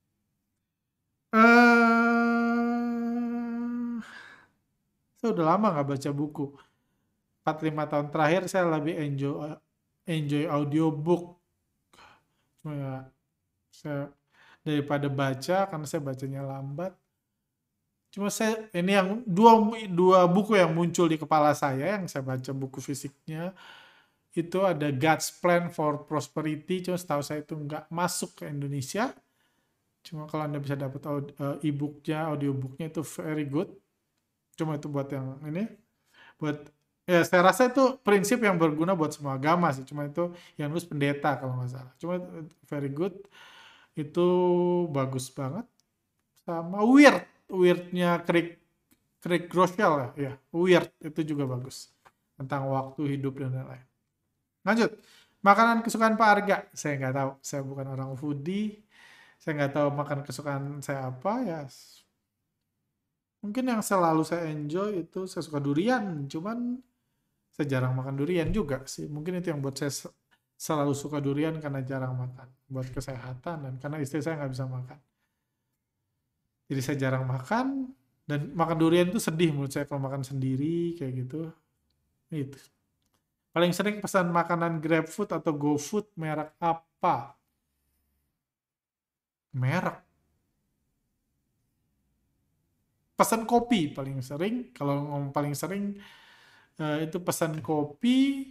Saya udah lama nggak baca buku. 4-5 tahun terakhir saya lebih enjoy audiobook. Cuma ya, saya daripada baca, karena saya bacanya lambat. Cuma saya, ini yang dua buku yang muncul di kepala saya, yang saya baca buku fisiknya, itu ada God's Plan for Prosperity, cuma setahu saya itu nggak masuk ke Indonesia. Cuma kalau Anda bisa dapat e-booknya, audiobooknya itu very good. Cuma itu buat yang ini, buat Ya, saya rasa itu prinsip yang berguna buat semua agama sih. Cuma itu yang nulis pendeta kalau nggak salah. Cuma very good. Itu bagus banget. Sama Weird. Weirdnya Craig Groeschel ya. Ya, Weird itu juga bagus. Tentang waktu, hidup, dan lain-lain. Lanjut. Makanan kesukaan Pak Arga. Saya nggak tahu. Saya bukan orang foodie. Saya nggak tahu makan kesukaan saya apa ya. Mungkin yang selalu saya enjoy itu saya suka durian. Cuman saya jarang makan durian juga sih. Mungkin itu yang buat saya selalu suka durian karena jarang makan. Buat kesehatan dan karena istri saya nggak bisa makan. Jadi saya jarang makan dan makan durian itu sedih menurut saya kalau makan sendiri kayak gitu. Itu. Paling sering pesan makanan GrabFood atau GoFood merek apa? Merek. Pesan kopi paling sering. Kalau ngomong paling sering itu pesan kopi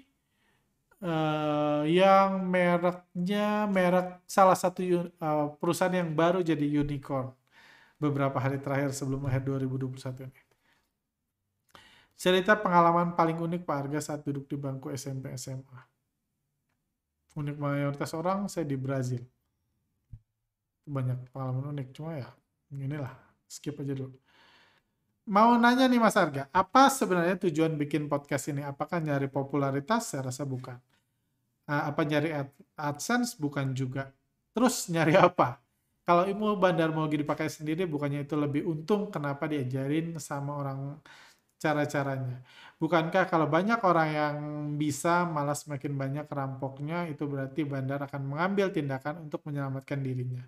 yang mereknya merek salah satu perusahaan yang baru jadi unicorn beberapa hari terakhir sebelum akhir 2021 ini. Cerita pengalaman paling unik Pak Arga saat duduk di bangku SMP SMA. Unik mayoritas orang saya di Brazil. Banyak pengalaman unik cuma ya inilah skip aja dulu. Mau nanya nih Mas Arga, apa sebenarnya tujuan bikin podcast ini? Apakah nyari popularitas? Saya rasa bukan. Apa nyari AdSense? Bukan juga. Terus nyari apa? Kalau ilmu bandar mau dipakai sendiri, bukannya itu lebih untung? Kenapa diajarin sama orang cara-caranya? Bukankah kalau banyak orang yang bisa, malah semakin banyak rampoknya, itu berarti bandar akan mengambil tindakan untuk menyelamatkan dirinya.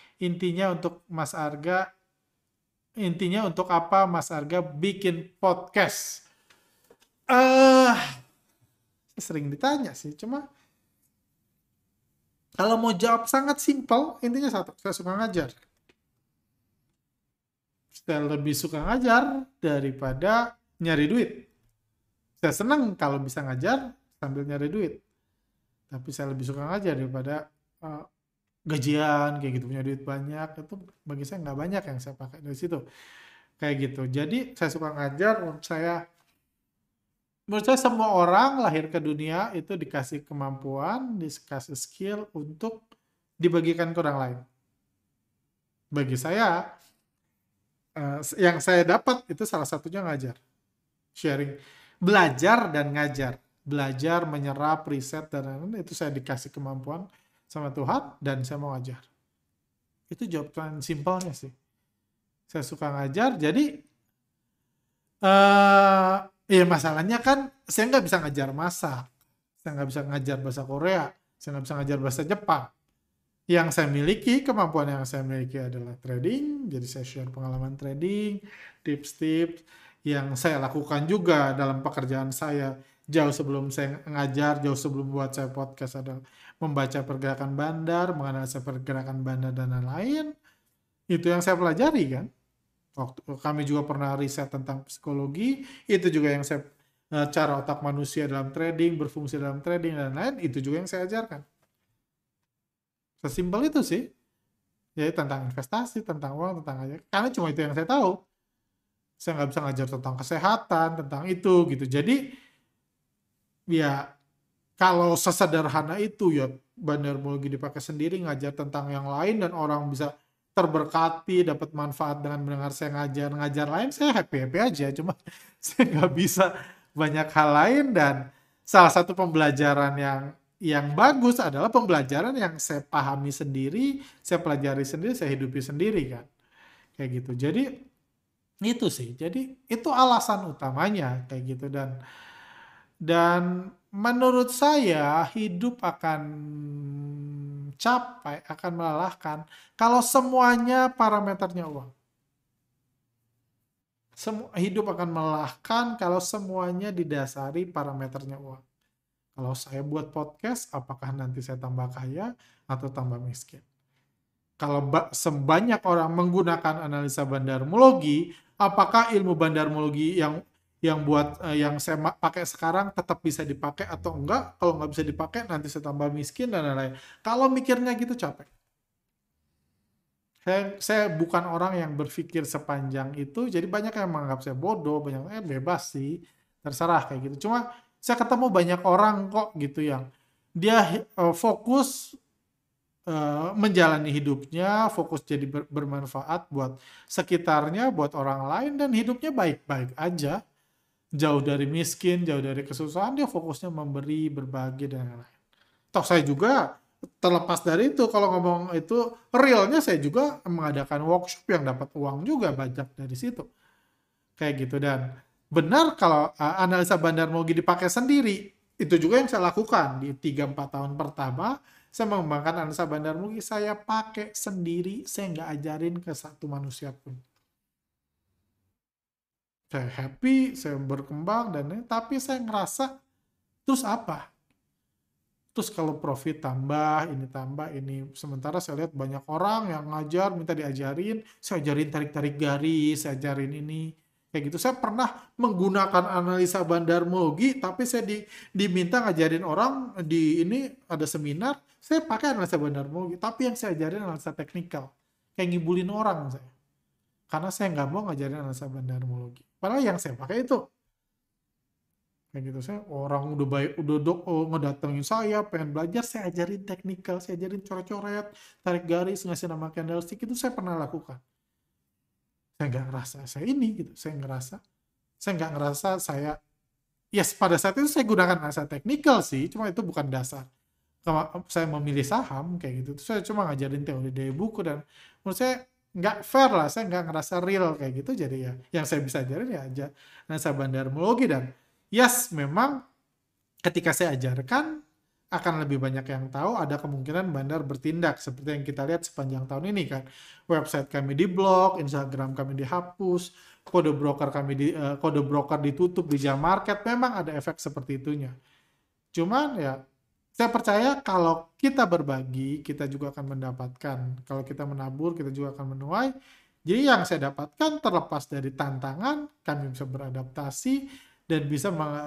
Intinya untuk apa Mas Arga bikin podcast? Sering ditanya sih, cuma kalau mau jawab sangat simpel, intinya satu, saya suka ngajar. Saya lebih suka ngajar daripada nyari duit. Saya senang kalau bisa ngajar sambil nyari duit. Tapi saya lebih suka ngajar daripada gajian kayak gitu, punya duit banyak. Itu bagi saya nggak banyak yang saya pakai dari situ. Kayak gitu. Jadi saya suka ngajar, menurut saya semua orang lahir ke dunia itu dikasih kemampuan, dikasih skill untuk dibagikan ke orang lain. Bagi saya, yang saya dapat itu salah satunya ngajar. Sharing. Belajar dan ngajar. Belajar, menyerap, riset, dan lain-lain. Itu saya dikasih kemampuan sama Tuhan dan saya mau ngajar. Itu jawaban simpelnya sih. Saya suka ngajar, jadi ya masalahnya kan saya nggak bisa ngajar masak, saya nggak bisa ngajar bahasa Korea, saya nggak bisa ngajar bahasa Jepang. Yang saya miliki, kemampuan yang saya miliki adalah trading, jadi saya share pengalaman trading, tips-tips yang saya lakukan juga dalam pekerjaan saya jauh sebelum saya ngajar, jauh sebelum buat saya podcast adalah membaca pergerakan bandar, menganalisa pergerakan bandar dan lain-lain. Itu yang saya pelajari kan. Waktu kami juga pernah riset tentang psikologi, itu juga yang saya cara otak manusia dalam trading, berfungsi dalam trading dan lain-lain, itu juga yang saya ajarkan. Sesimpel itu sih. Ya tentang investasi, tentang uang, tentang aja. Karena cuma itu yang saya tahu. Saya nggak bisa ngajar tentang kesehatan, tentang itu gitu. Jadi ya kalau sesederhana itu ya bandarmologi dipakai sendiri, ngajar tentang yang lain dan orang bisa terberkati, dapat manfaat dengan mendengar saya ngajar lain, saya happy-happy aja. Cuma saya nggak bisa banyak hal lain dan salah satu pembelajaran yang bagus adalah pembelajaran yang saya pahami sendiri, saya pelajari sendiri, saya hidupi sendiri kan. Kayak gitu. Jadi itu sih. Jadi itu alasan utamanya kayak gitu dan menurut saya hidup akan capek, akan melelahkan kalau semuanya parameternya uang. Hidup akan melelahkan kalau semuanya didasari parameternya uang. Kalau saya buat podcast, apakah nanti saya tambah kaya atau tambah miskin? Kalau sebanyak orang menggunakan analisa bandarmologi, apakah ilmu bandarmologi yang saya pakai sekarang tetap bisa dipakai atau enggak? Kalau nggak bisa dipakai, nanti saya tambah miskin dan lain-lain. Kalau mikirnya gitu capek. Saya bukan orang yang berpikir sepanjang itu, jadi banyak yang menganggap saya bodoh, banyak yang bebas sih. terserah kayak gitu. Cuma saya ketemu banyak orang kok gitu yang dia fokus menjalani hidupnya, fokus jadi bermanfaat buat sekitarnya, buat orang lain, dan hidupnya baik-baik aja. Jauh dari miskin, jauh dari kesusahan, dia fokusnya memberi, berbagi, dan lain-lain. Toh saya juga terlepas dari itu, kalau ngomong itu realnya, saya juga mengadakan workshop yang dapat uang juga banyak dari situ. Kayak gitu. Dan benar kalau analisa bandarmogi dipakai sendiri, itu juga yang saya lakukan di 3-4 tahun pertama. Saya mengembangkan analisa bandarmogi, saya pakai sendiri, saya nggak ajarin ke satu manusia pun. Saya happy, saya berkembang, tapi saya ngerasa, terus apa? Terus kalau profit tambah, ini. Sementara saya lihat banyak orang yang ngajar, minta diajarin, saya ajarin tarik-tarik garis, saya ajarin ini. Kayak gitu. Saya pernah menggunakan analisa bandarmogi, tapi saya diminta ngajarin orang di ini, ada seminar, saya pakai analisa bandarmogi, tapi yang saya ajarin analisa teknikal. Kayak ngibulin orang saya. Karena saya nggak mau ngajarin analisa bandarmogi. Padahal yang saya pakai itu. Kayak gitu, saya orang udah baik, udah ngedatengin saya, pengen belajar, saya ajarin teknikal, saya ajarin coret-coret, tarik garis, ngasih nama candlestick, itu saya pernah lakukan. Saya nggak ngerasa saya ini gitu, saya nggak ngerasa saya, yes, pada saat itu saya gunakan bahasa teknikal sih, cuma itu bukan dasar. Kalau saya memilih saham kayak gitu, saya cuma ngajarin teori dari buku, dan menurut saya nggak fair lah, saya nggak ngerasa real kayak gitu, jadi ya yang saya bisa ajarin ya aja analisa bandarmologi. Dan yes, memang ketika saya ajarkan akan lebih banyak yang tahu, ada kemungkinan bandar bertindak seperti yang kita lihat sepanjang tahun ini kan. Website kami diblok, Instagram kami dihapus, kode broker ditutup di jam market, memang ada efek seperti itunya. Cuman ya saya percaya kalau kita berbagi, kita juga akan mendapatkan. Kalau kita menabur, kita juga akan menuai. Jadi yang saya dapatkan terlepas dari tantangan, kami bisa beradaptasi dan bisa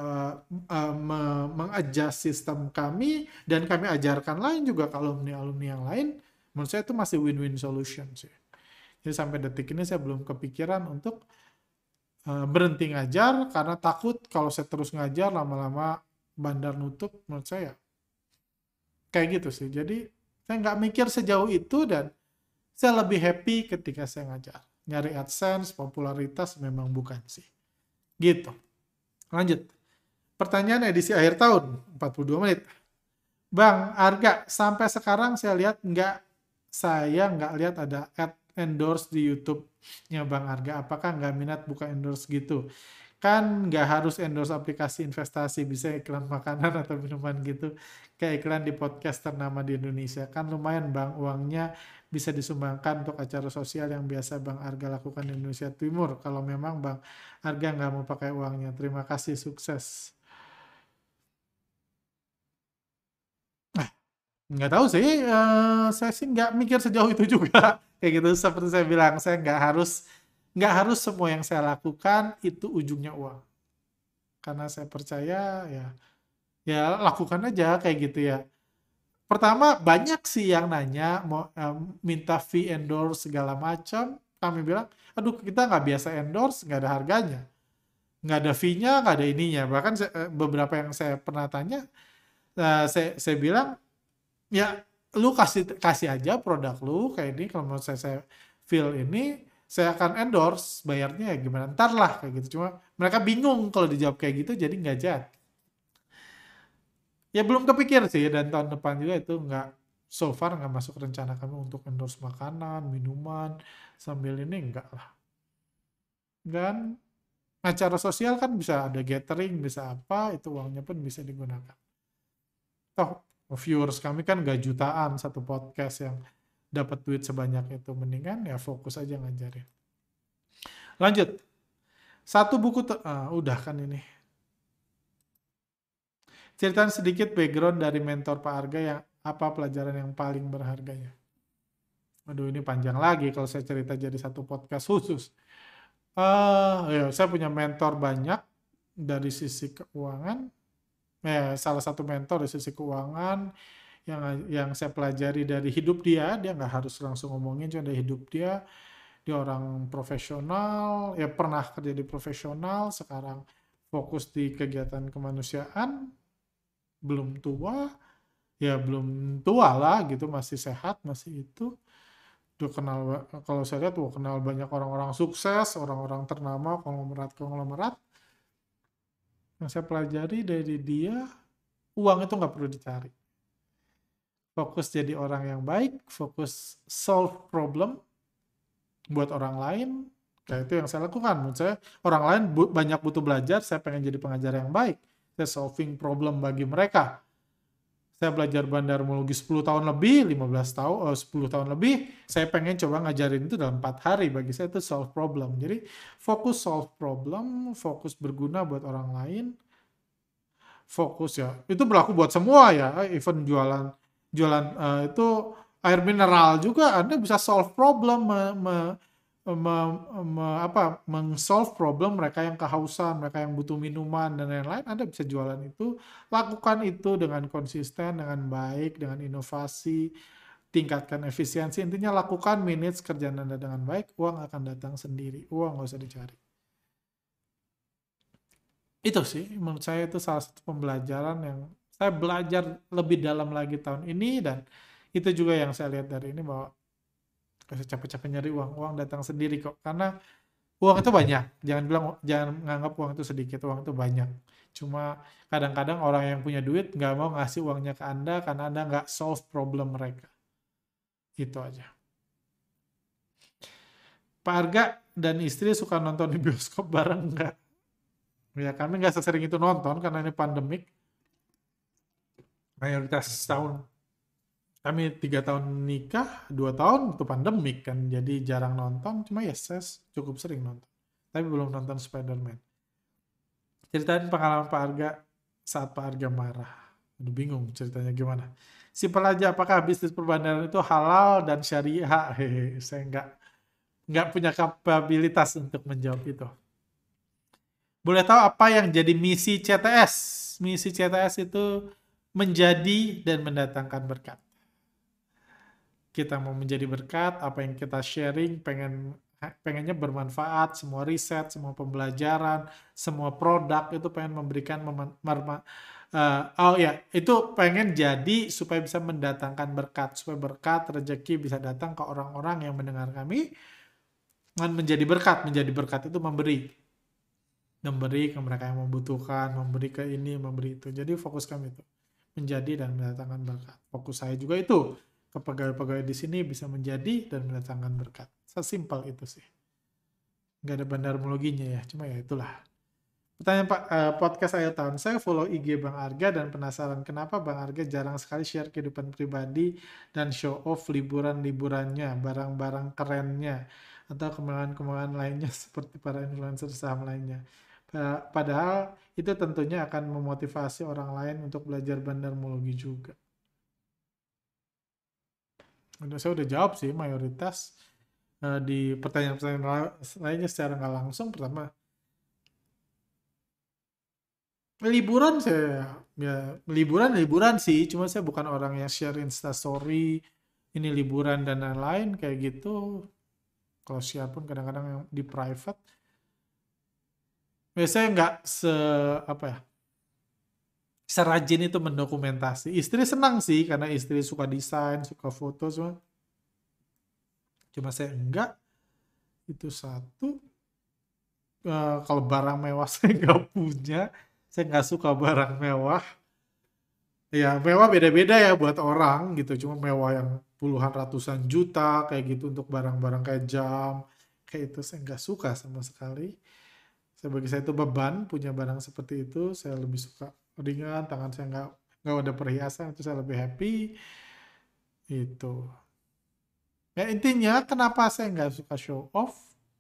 mengadjust sistem kami, dan kami ajarkan lain juga ke alumni-alumni yang lain. Menurut saya itu masih win-win solution sih. Jadi sampai detik ini saya belum kepikiran untuk berhenti ngajar, karena takut kalau saya terus ngajar lama-lama bandar nutup. Menurut saya kayak gitu sih. Jadi saya nggak mikir sejauh itu, dan saya lebih happy ketika saya ngajar. Nyari AdSense, popularitas memang bukan sih. Gitu. Lanjut. Pertanyaan edisi akhir tahun, 42 menit. Bang Arga, sampai sekarang saya nggak lihat ada ad endorse di YouTube-nya Bang Arga. Apakah nggak minat buka endorse gitu? Kan nggak harus endorse aplikasi investasi, bisa iklan makanan atau minuman gitu, kayak iklan di podcast ternama di Indonesia. Kan lumayan Bang, uangnya bisa disumbangkan untuk acara sosial yang biasa Bang Arga lakukan di Indonesia Timur. Kalau memang Bang Arga nggak mau pakai uangnya. Terima kasih, sukses. Nah, nggak tahu sih, saya sih nggak mikir sejauh itu juga. Kayak gitu, seperti saya bilang, saya nggak harus semua yang saya lakukan itu ujungnya uang. Karena saya percaya ya lakukan aja kayak gitu ya. Pertama, banyak sih yang nanya mau minta fee endorse segala macam. Kami bilang, aduh kita nggak biasa endorse, nggak ada harganya, nggak ada fee-nya, nggak ada ininya. Bahkan beberapa yang saya pernah tanya, saya bilang, ya lu kasih kasih aja produk lu kayak ini, kalau menurut saya feel ini, saya akan endorse, bayarnya ya gimana ntar lah kayak gitu. Cuma mereka bingung kalau dijawab kayak gitu, jadi nggak jadi. Ya belum kepikir sih, dan tahun depan juga itu nggak, so far nggak masuk rencana kami untuk endorse makanan, minuman, sambil ini enggak lah. Dan acara sosial kan bisa ada catering, bisa apa, itu uangnya pun bisa digunakan. Toh viewers kami kan nggak jutaan satu podcast yang dapat duit sebanyak itu, mendingan ya fokus aja ngajarin. Lanjut, satu buku udah kan ini. Ceritain sedikit background dari mentor Pak Arga, yang apa pelajaran yang paling berharganya. Aduh, ini panjang lagi kalau saya cerita jadi satu podcast khusus. Ya, saya punya mentor banyak dari sisi keuangan. Salah satu mentor dari sisi keuangan yang saya pelajari dari hidup dia nggak harus langsung ngomongin, cuma dari hidup dia orang profesional, ya pernah kerja di profesional, sekarang fokus di kegiatan kemanusiaan, belum tua, ya belum tua lah gitu, masih sehat, masih itu. Udah kenal, kalau saya lihat, kenal banyak orang-orang sukses, orang-orang ternama, konglomerat. Yang saya pelajari dari dia, uang itu nggak perlu dicari. Fokus jadi orang yang baik, fokus solve problem buat orang lain. Kayak itu yang saya lakukan. Menurut saya, orang lain banyak butuh belajar, saya pengen jadi pengajar yang baik. Saya solving problem bagi mereka. Saya belajar bandarmologi 10 tahun lebih, 15 tahun, 10 tahun lebih, saya pengen coba ngajarin itu dalam 4 hari. Bagi saya itu solve problem. Jadi fokus solve problem, fokus berguna buat orang lain, fokus ya. Itu berlaku buat semua ya, even jualan itu air mineral juga Anda bisa solve problem, meng-solve problem mereka yang kehausan, mereka yang butuh minuman dan lain-lain. Anda bisa jualan itu, lakukan itu dengan konsisten, dengan baik, dengan inovasi, tingkatkan efisiensi. Intinya lakukan manage kerjaan Anda dengan baik, uang akan datang sendiri, uang nggak usah dicari. Itu sih menurut saya itu salah satu pembelajaran yang saya belajar lebih dalam lagi tahun ini, dan itu juga yang saya lihat dari ini, bahwa capek-capek nyari uang, uang datang sendiri kok. Karena uang itu banyak, jangan nganggap uang itu sedikit, uang itu banyak. Cuma kadang-kadang orang yang punya duit nggak mau ngasih uangnya ke Anda karena Anda nggak solve problem mereka. Itu aja. Pak Arga dan istri suka nonton di bioskop bareng nggak? Ya kami nggak sesering itu nonton karena ini pandemik. Mayoritas tahun kami 3 tahun nikah, 2 tahun itu pandemik kan, jadi jarang nonton. Cuma ya saya cukup sering nonton, tapi belum nonton Spider-Man. Ceritain pengalaman Pak Arga saat Pak Arga marah. Aduh, bingung ceritanya gimana. Simpel aja, apakah bisnis perbandaran itu halal dan syariah? Hehe, saya nggak punya kapabilitas untuk menjawab itu. Boleh tahu apa yang jadi misi CTS? Misi CTS itu menjadi dan mendatangkan berkat. Kita mau menjadi berkat, apa yang kita sharing pengennya bermanfaat, semua riset, semua pembelajaran, semua produk itu pengen memberikan itu pengen jadi supaya bisa mendatangkan berkat, supaya berkat rezeki bisa datang ke orang-orang yang mendengar kami. Dan menjadi berkat itu memberi ke mereka yang membutuhkan, memberi ke ini, memberi itu. Jadi fokus kami itu menjadi dan mendatangkan berkat. Fokus saya juga itu ke pegawai-pegawai di sini bisa menjadi dan mendatangkan berkat. Sesimpel itu sih. Nggak ada bandarmologinya ya, cuma ya itulah. Pertanyaan Pak, podcast akhir tahun. Saya follow IG Bang Arga dan penasaran kenapa Bang Arga jarang sekali share kehidupan pribadi dan show off liburan-liburannya, barang-barang kerennya, atau kembangan-kembangan lainnya seperti para influencer saham lainnya. Padahal itu tentunya akan memotivasi orang lain untuk belajar bandarmologi juga. Saya udah jawab sih mayoritas di pertanyaan-pertanyaan lainnya secara nggak langsung. Pertama, liburan liburan sih, cuma saya bukan orang yang share instastory ini liburan dan lain-lain kayak gitu. Kalau share pun kadang-kadang yang di private. Biasanya nggak serajin itu mendokumentasi. Istri senang sih karena istri suka desain, suka foto semua. Cuma saya enggak. Itu satu. Kalau barang mewah saya nggak punya. Saya nggak suka barang mewah. Ya mewah beda-beda ya buat orang gitu. Cuma mewah yang puluhan ratusan juta kayak gitu untuk barang-barang kayak jam. Kayak itu saya nggak suka sama sekali. Bagi saya itu beban punya barang seperti itu. Saya lebih suka ringan, tangan saya nggak ada perhiasan, itu saya lebih happy. Itu. Ya intinya kenapa saya nggak suka show off?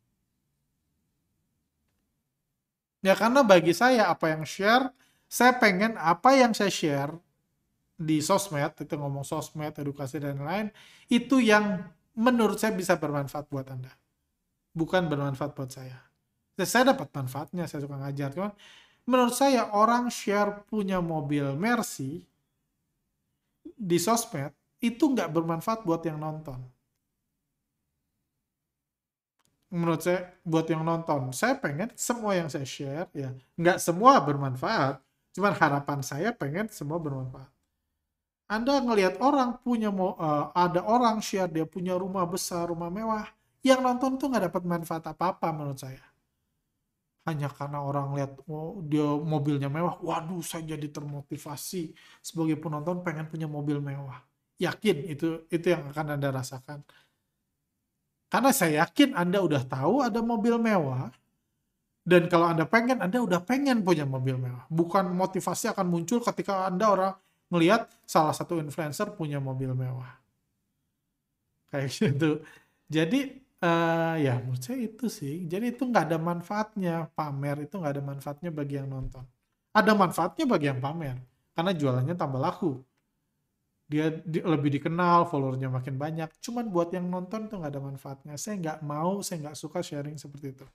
Ya karena bagi saya apa yang share, saya pengen apa yang saya share di sosmed, itu ngomong sosmed, edukasi dan lain, itu yang menurut saya bisa bermanfaat buat Anda. Bukan bermanfaat buat saya. Saya dapat manfaatnya, saya suka ngajar. Cuman menurut saya orang share punya mobil Mercy di sosmed, itu nggak bermanfaat buat yang nonton. menurut saya buat yang nonton, saya pengen semua yang saya share ya, nggak semua bermanfaat, cuman harapan saya pengen semua bermanfaat. Anda ngelihat orang punya ada orang share dia punya rumah besar, rumah mewah, yang nonton tuh nggak dapat manfaat apa-apa menurut saya. Hanya karena orang lihat oh, dia mobilnya mewah, waduh saya jadi termotivasi sebagai penonton pengen punya mobil mewah. Yakin itu yang akan Anda rasakan. Karena saya yakin Anda udah tahu ada mobil mewah, dan kalau Anda pengen, Anda udah pengen punya mobil mewah. Bukan motivasi akan muncul ketika Anda orang melihat salah satu influencer punya mobil mewah. Kayak gitu. Jadi, ya menurut saya itu sih. Jadi itu nggak ada manfaatnya. Pamer itu nggak ada manfaatnya bagi yang nonton. Ada manfaatnya bagi yang pamer. Karena jualannya tambah laku. Dia lebih dikenal, followernya makin banyak. Cuman buat yang nonton tuh nggak ada manfaatnya. Saya nggak mau, saya nggak suka sharing seperti itu.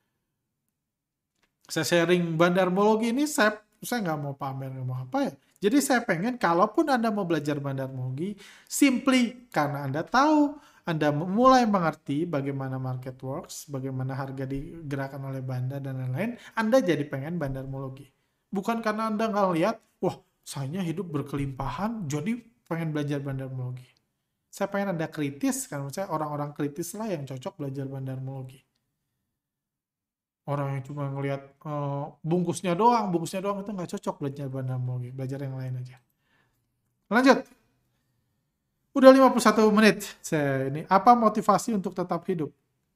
Saya sharing bandarmologi ini, saya nggak mau pamer, nggak mau apa ya. Jadi saya pengen kalaupun Anda mau belajar bandarmologi, simply karena Anda tahu, Anda mulai mengerti bagaimana market works, bagaimana harga digerakkan oleh bandar dan lain-lain, Anda jadi pengen bandarmologi. Bukan karena Anda nggak lihat, wah, saya hidup berkelimpahan, jadi pengen belajar bandarmologi. Saya pengen Anda kritis, karena saya orang-orang kritis lah yang cocok belajar bandarmologi. Orang yang cuma ngelihat bungkusnya doang itu nggak cocok belajar bandarmologi, belajar yang lain aja. Lanjut, udah 51 menit. Saya ini apa motivasi untuk tetap hidup?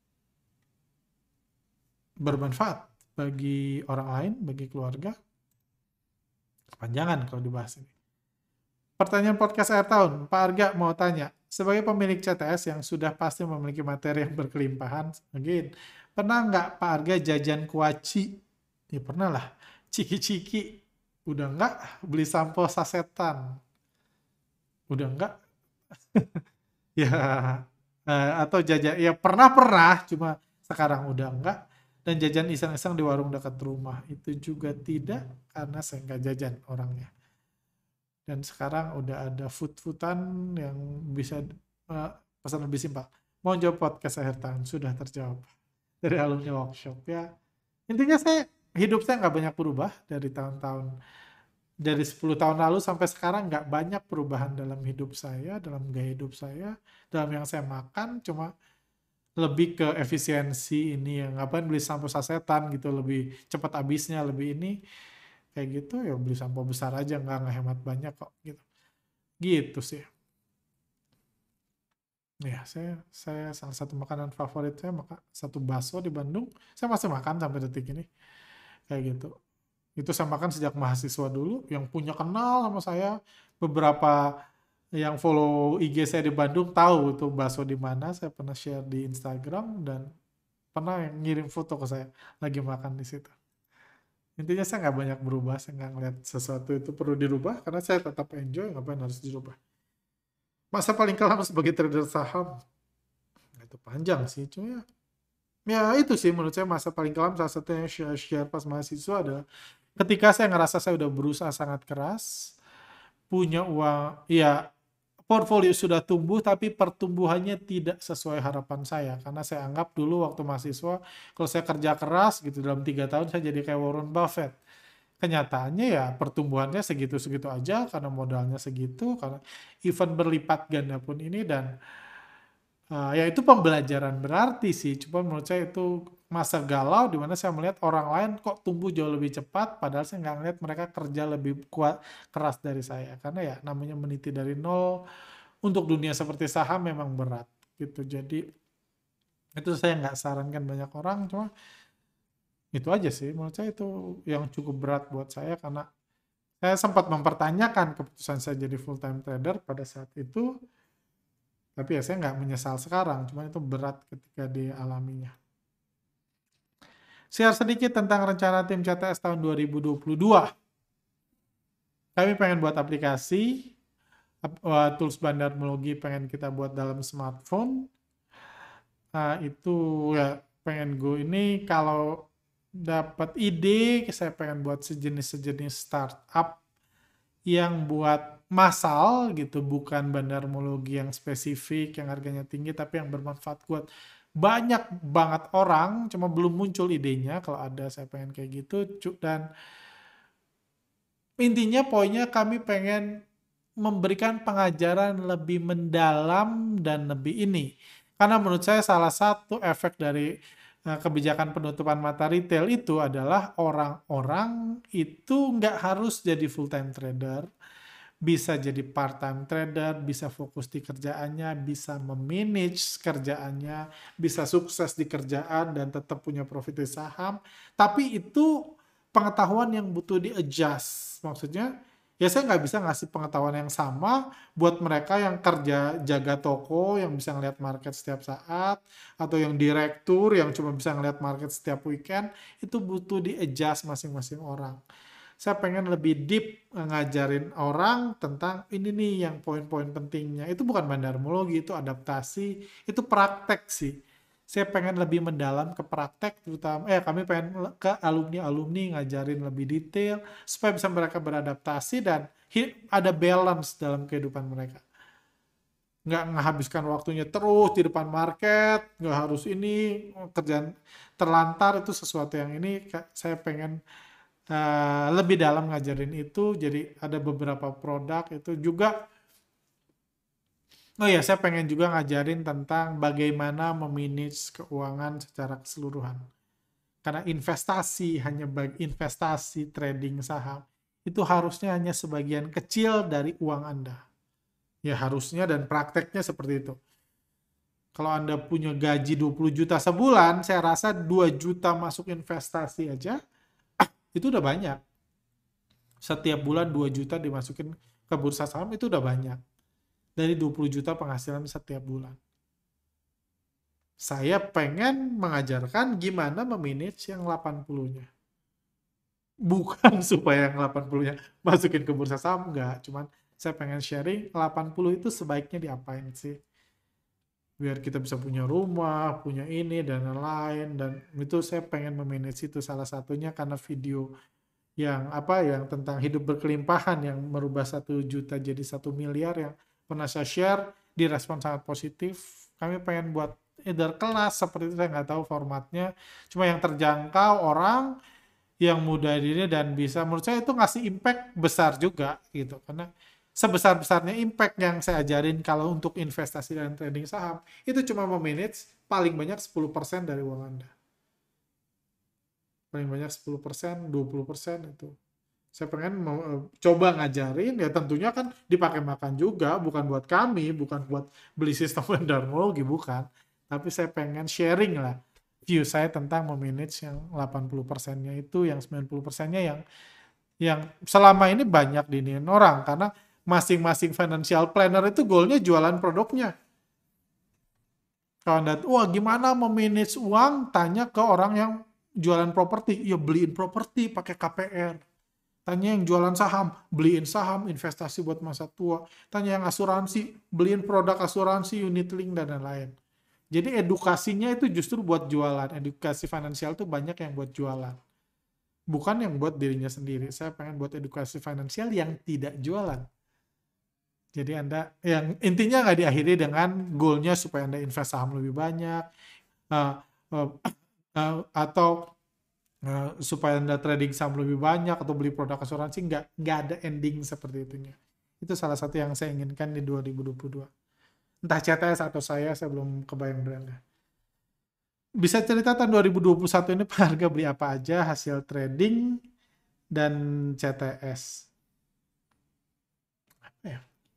Bermanfaat bagi orang lain, bagi keluarga. Kepanjangan kalau dibahas ini. Pertanyaan podcast akhir tahun, Pak Arga mau tanya, sebagai pemilik CTS yang sudah pasti memiliki materi yang berkelimpahan, again, pernah nggak Pak Arga jajan kuaci? Ya pernah lah. Ciki-ciki, udah nggak? Beli sampo sasetan, udah nggak? Ya, atau jajan, ya pernah, cuma sekarang udah nggak. Dan jajan iseng-iseng di warung dekat rumah, itu juga tidak, karena saya nggak jajan orangnya. Dan sekarang udah ada food-foodan yang bisa pesan lebih simpel. Mau jawab podcast akhir tahun, sudah terjawab dari alumni workshop ya. Intinya hidup saya nggak banyak berubah dari tahun-tahun, dari 10 tahun lalu sampai sekarang nggak banyak perubahan dalam hidup saya, dalam gaya hidup saya, dalam yang saya makan, cuma lebih ke efisiensi ini yang ngapain beli sampo sasetan gitu, lebih cepat habisnya, lebih ini kayak gitu ya beli sampo besar aja nggak hemat banyak kok gitu sih ya. Saya salah satu makanan favorit saya satu bakso di Bandung, saya masih makan sampai detik ini kayak gitu. Itu saya makan sejak mahasiswa dulu, yang punya kenal sama saya, beberapa yang follow IG saya di Bandung tahu itu bakso di mana, saya pernah share di Instagram dan pernah yang ngirim foto ke saya lagi makan di situ. Intinya saya nggak banyak berubah, saya nggak ngeliat sesuatu itu perlu dirubah, karena saya tetap enjoy, ngapain harus dirubah. Masa paling kelam sebagai trader saham, nah, itu panjang sih, cuma ya itu sih menurut saya masa paling kelam salah satunya share pas mahasiswa adalah ketika saya ngerasa saya udah berusaha sangat keras, punya uang, ya portfolio sudah tumbuh tapi pertumbuhannya tidak sesuai harapan saya, karena saya anggap dulu waktu mahasiswa kalau saya kerja keras gitu dalam 3 tahun saya jadi kayak Warren Buffett. Kenyataannya ya pertumbuhannya segitu-segitu aja karena modalnya segitu, karena event berlipat ganda pun ini, dan ya itu pembelajaran berarti sih. Cuma menurut saya itu masa galau di mana saya melihat orang lain kok tumbuh jauh lebih cepat, padahal saya nggak ngeliat mereka kerja lebih kuat keras dari saya. Karena ya namanya meniti dari nol untuk dunia seperti saham memang berat gitu. Jadi itu saya nggak sarankan banyak orang, cuma itu aja sih menurut saya itu yang cukup berat buat saya, karena saya sempat mempertanyakan keputusan saya jadi full time trader pada saat itu, tapi ya saya nggak menyesal sekarang, cuma itu berat ketika dialaminya. Share sedikit tentang rencana tim CTS tahun 2022. Kami pengen buat aplikasi, tools bandarmologi pengen kita buat dalam smartphone. Itu ya pengen ini kalau dapat ide, saya pengen buat sejenis startup yang buat massal gitu, bukan bandarmologi yang spesifik, yang harganya tinggi, tapi yang bermanfaat buat banyak banget orang, cuma belum muncul idenya. Kalau ada saya pengen kayak gitu. Dan intinya poinnya kami pengen memberikan pengajaran lebih mendalam dan lebih ini. Karena menurut saya salah satu efek dari kebijakan penutupan mata retail itu adalah orang-orang itu nggak harus jadi full time trader, bisa jadi part-time trader, bisa fokus di kerjaannya, bisa memanage kerjaannya, bisa sukses di kerjaan dan tetap punya profit di saham. Tapi itu pengetahuan yang butuh di-adjust. Maksudnya, ya saya nggak bisa ngasih pengetahuan yang sama buat mereka yang kerja jaga toko, yang bisa ngeliat market setiap saat, atau yang direktur, yang cuma bisa ngeliat market setiap weekend, itu butuh di-adjust masing-masing orang. Saya pengen lebih deep ngajarin orang tentang ini nih yang poin-poin pentingnya. Itu bukan bandarmologi, itu adaptasi, itu praktek sih. Saya pengen lebih mendalam ke praktek, terutama kami pengen ke alumni-alumni ngajarin lebih detail supaya bisa mereka beradaptasi dan ada balance dalam kehidupan mereka. Nggak menghabiskan waktunya terus di depan market, nggak harus ini kerjaan terlantar, itu sesuatu yang ini saya pengen lebih dalam ngajarin itu. Jadi ada beberapa produk itu juga. Oh ya, saya pengen juga ngajarin tentang bagaimana memanage keuangan secara keseluruhan. Karena investasi hanya investasi trading saham itu harusnya hanya sebagian kecil dari uang Anda. Ya harusnya, dan prakteknya seperti itu. Kalau Anda punya gaji 20 juta sebulan, saya rasa 2 juta masuk investasi aja itu udah banyak. Setiap bulan 2 juta dimasukin ke bursa saham itu udah banyak. Dari 20 juta penghasilan setiap bulan. Saya pengen mengajarkan gimana memanage yang 80-nya. Bukan supaya yang 80-nya masukin ke bursa saham, enggak. Cuman saya pengen sharing 80 itu sebaiknya diapain sih. Biar kita bisa punya rumah, punya ini, dan lain-lain. Dan itu saya pengen memanage itu salah satunya karena video yang tentang hidup berkelimpahan yang merubah 1 juta jadi 1 miliar yang pernah saya share, direspon sangat positif. Kami pengen buat either kelas seperti itu, saya nggak tahu formatnya, cuma yang terjangkau orang yang mudah diri dan bisa, menurut saya itu ngasih impact besar juga gitu. Karena sebesar-besarnya impact yang saya ajarin kalau untuk investasi dan trading saham itu cuma memanage paling banyak 10% dari uang Anda. Paling banyak 10%, 20% itu. Saya pengen coba ngajarin, ya tentunya kan dipakai makan juga, bukan buat kami, bukan buat beli sistem bandarmologi, bukan. Tapi saya pengen sharing lah view saya tentang memanage yang 80%-nya itu, yang 90%-nya yang selama ini banyak diniin orang, karena masing-masing financial planner itu goalnya jualan produknya. Kalau Anda, wah gimana memanage uang, tanya ke orang yang jualan properti, ya beliin properti pakai KPR. Tanya yang jualan saham, beliin saham, investasi buat masa tua. Tanya yang asuransi, beliin produk asuransi, unit link, dan lain-lain. Jadi edukasinya itu justru buat jualan. Edukasi finansial itu banyak yang buat jualan. Bukan yang buat dirinya sendiri. Saya pengen buat edukasi finansial yang tidak jualan. Jadi Anda, yang intinya nggak diakhiri dengan goalnya supaya Anda invest saham lebih banyak, uh, uh, atau supaya Anda trading saham lebih banyak atau beli produk asuransi, nggak ada ending seperti itunya. Itu salah satu yang saya inginkan di 2022. Entah CTS atau saya belum kebayang beranda. Bisa cerita tahun 2021 ini Pak Harga beli apa aja, hasil trading, dan CTS. Apa ya?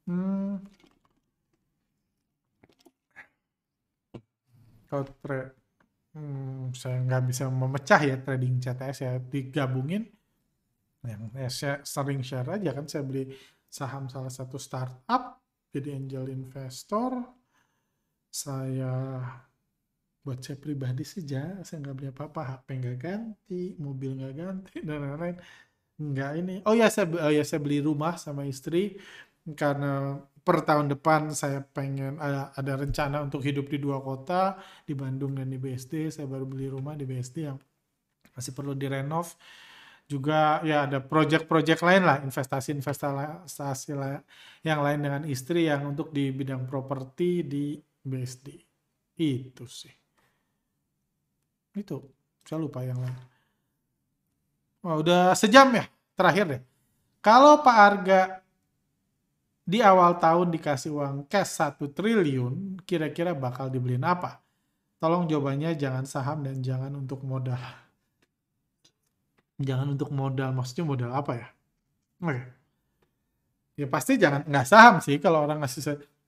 Kalau saya nggak bisa memecah ya trading CTS ya, digabungin. Yang saya sering share aja kan, saya beli saham salah satu startup, jadi angel investor. Saya buat saya pribadi sih saya nggak beli apa-apa, HP nggak ganti, mobil nggak ganti, dan lain-lain. Nggak ini. Oh ya, saya beli rumah sama istri karena per tahun depan saya pengen ada rencana untuk hidup di 2 kota, di Bandung dan di BSD. Saya baru beli rumah di BSD yang masih perlu direnov. Juga ya ada project-project lain lah, investasi yang lain dengan istri yang untuk di bidang properti di BSD. Itu sih. Itu, saya lupa yang lain. Wah, udah sejam ya? Terakhir deh. Kalau Pak Arga di awal tahun dikasih uang cash 1 triliun, kira-kira bakal dibeliin apa? Tolong jawabannya jangan saham dan jangan untuk modal. Jangan untuk modal, maksudnya modal apa ya? Oke. Ya pasti jangan, nggak saham sih kalau orang ngasih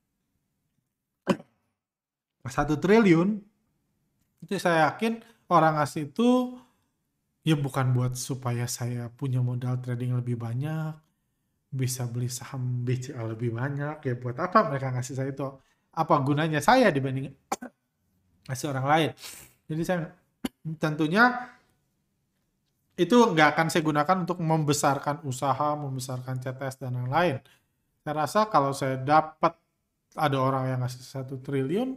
1 triliun, itu saya yakin orang ngasih itu ya bukan buat supaya saya punya modal trading lebih banyak, bisa beli saham BCA lebih banyak, ya buat apa mereka ngasih saya itu? Apa gunanya saya dibanding ngasih orang lain? Jadi saya tentunya itu nggak akan saya gunakan untuk membesarkan usaha, membesarkan CTS dan lain-lain. Saya rasa kalau saya dapat ada orang yang ngasih 1 triliun,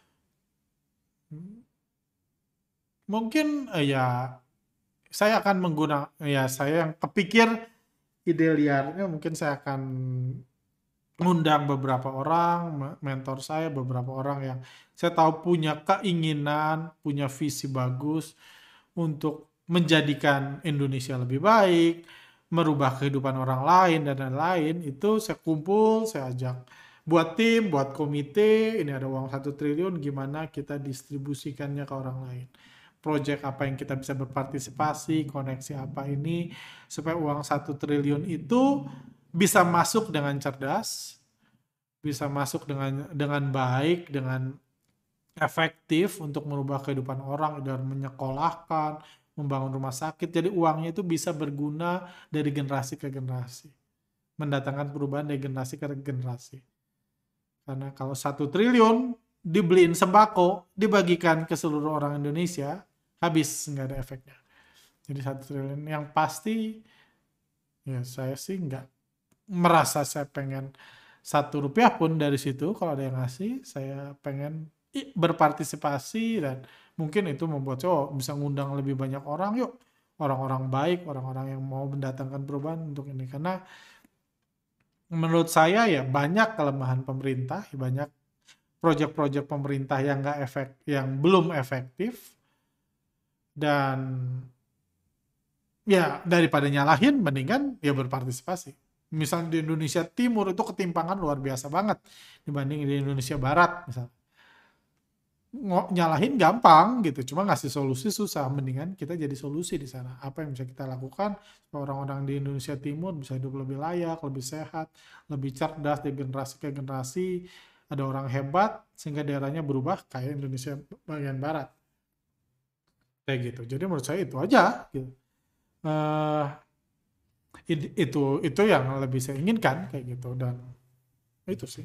mungkin ya saya akan menggunakan, ya saya yang kepikir ide liarnya mungkin saya akan ngundang beberapa orang, mentor saya, beberapa orang yang saya tahu punya keinginan, punya visi bagus untuk menjadikan Indonesia lebih baik, merubah kehidupan orang lain dan lain-lain. Itu saya kumpul, saya ajak buat tim, buat komite, ini ada uang 1 triliun, gimana kita distribusikannya ke orang lain. Project apa yang kita bisa berpartisipasi, koneksi apa ini, supaya uang 1 triliun itu bisa masuk dengan cerdas, bisa masuk dengan baik, dengan efektif untuk merubah kehidupan orang dan menyekolahkan, membangun rumah sakit. Jadi uangnya itu bisa berguna dari generasi ke generasi, mendatangkan perubahan dari generasi ke generasi. Karena kalau 1 triliun dibeliin sembako, dibagikan ke seluruh orang Indonesia, habis, nggak ada efeknya. Jadi 1 triliun yang pasti, ya saya sih nggak merasa saya pengen 1 rupiah pun dari situ. Kalau ada yang ngasih, saya pengen berpartisipasi dan mungkin itu membuat saya bisa ngundang lebih banyak orang, yuk orang-orang baik, orang-orang yang mau mendatangkan perubahan untuk ini. Karena menurut saya ya banyak kelemahan pemerintah, banyak proyek-proyek pemerintah yang nggak yang belum efektif, dan ya daripada nyalahin mendingan ya berpartisipasi. Misalnya di Indonesia Timur itu ketimpangan luar biasa banget dibanding di Indonesia Barat misalnya. Nyalahin gampang gitu, cuma ngasih solusi susah. Mendingan kita jadi solusi di sana. Apa yang bisa kita lakukan supaya orang-orang di Indonesia Timur bisa hidup lebih layak, lebih sehat, lebih cerdas dari generasi ke generasi. Ada orang hebat sehingga daerahnya berubah kayak Indonesia bagian barat. Kayak gitu. Jadi menurut saya itu aja gitu. Uh, itu yang lebih saya inginkan kayak gitu, dan itu sih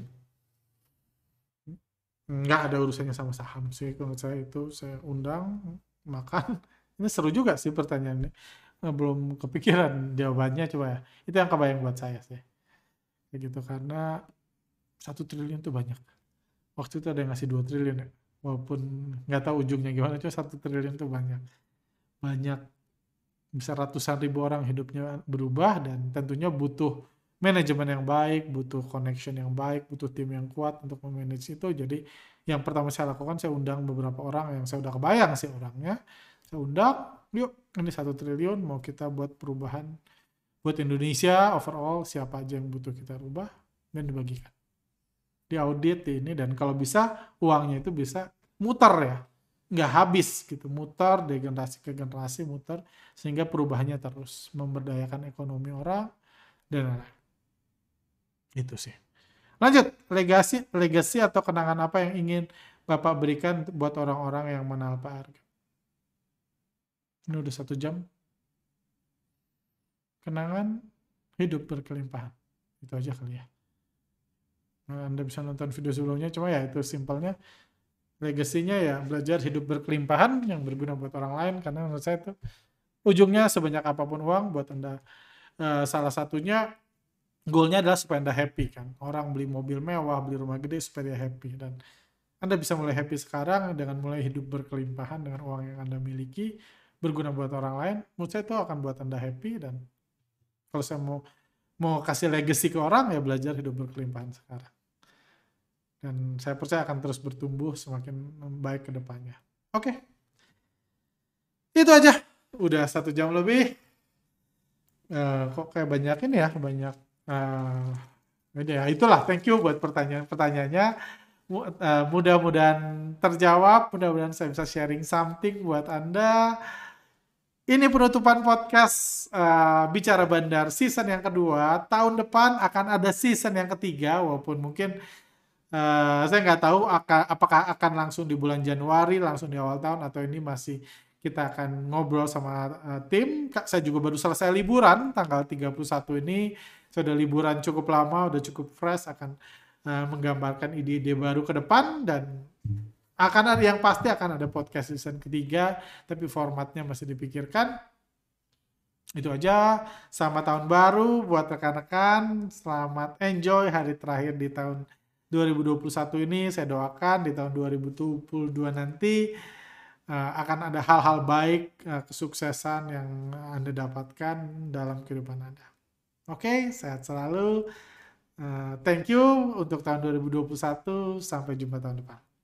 nggak ada urusannya sama saham sih kalau saya. Itu saya undang makan. Ini seru juga sih pertanyaannya. Belum kepikiran jawabannya, coba ya itu yang kebayang buat saya sih kayak gitu. Karena 1 triliun itu banyak. Waktu itu ada yang ngasih 2 triliun ya, walaupun nggak tahu ujungnya gimana, cuma 1 triliun itu banyak banyak. Bisa ratusan ribu orang hidupnya berubah, dan tentunya butuh manajemen yang baik, butuh connection yang baik, butuh tim yang kuat untuk memanage itu. Jadi yang pertama saya lakukan, saya undang beberapa orang yang saya udah kebayang sih orangnya. Saya undang, yuk ini 1 triliun mau kita buat perubahan buat Indonesia overall, siapa aja yang butuh kita rubah, dan dibagikan. Diaudit di ini, dan kalau bisa uangnya itu bisa muter ya, nggak habis gitu, muter dari generasi ke generasi, muter sehingga perubahannya terus memberdayakan ekonomi orang dan lain-lain. Itu sih. Lanjut, legasi atau kenangan apa yang ingin Bapak berikan buat orang-orang yang mengenal Pak Arga? Ini udah 1 jam. Kenangan hidup berkelimpahan. Itu aja kali ya. Nah, Anda bisa nonton video sebelumnya, cuma ya itu simpelnya. Legasinya ya belajar hidup berkelimpahan yang berguna buat orang lain, karena menurut saya itu ujungnya sebanyak apapun uang buat Anda, salah satunya goalnya adalah supaya Anda happy kan. Orang beli mobil mewah, beli rumah gede supaya dia happy, dan Anda bisa mulai happy sekarang dengan mulai hidup berkelimpahan dengan uang yang Anda miliki, berguna buat orang lain. Menurut saya itu akan buat Anda happy, dan kalau saya mau kasih legacy ke orang ya belajar hidup berkelimpahan sekarang. Dan saya percaya akan terus bertumbuh semakin baik ke depannya. Oke. Itu aja. Udah 1 jam lebih. Kok kayak banyak ini ya, banyak ini ya. Itulah, thank you buat pertanyaannya. Mudah-mudahan terjawab, mudah-mudahan saya bisa sharing something buat Anda. Ini penutupan podcast Bicara Bandar season yang kedua. Tahun depan akan ada season yang ketiga, walaupun mungkin saya nggak tahu apakah akan langsung di bulan Januari, langsung di awal tahun, atau ini masih kita akan ngobrol sama tim. Saya juga baru selesai liburan tanggal 31 ini. Saya udah liburan cukup lama, udah cukup fresh, akan menggambarkan ide-ide baru ke depan, dan akan ada yang pasti akan ada podcast season ketiga, tapi formatnya masih dipikirkan. Itu aja. Selamat tahun baru buat rekan-rekan. Selamat enjoy hari terakhir di tahun 2021 ini. Saya doakan di tahun 2022 nanti akan ada hal-hal baik, kesuksesan yang Anda dapatkan dalam kehidupan Anda. Oke, sehat selalu. Thank you untuk tahun 2021. Sampai jumpa tahun depan.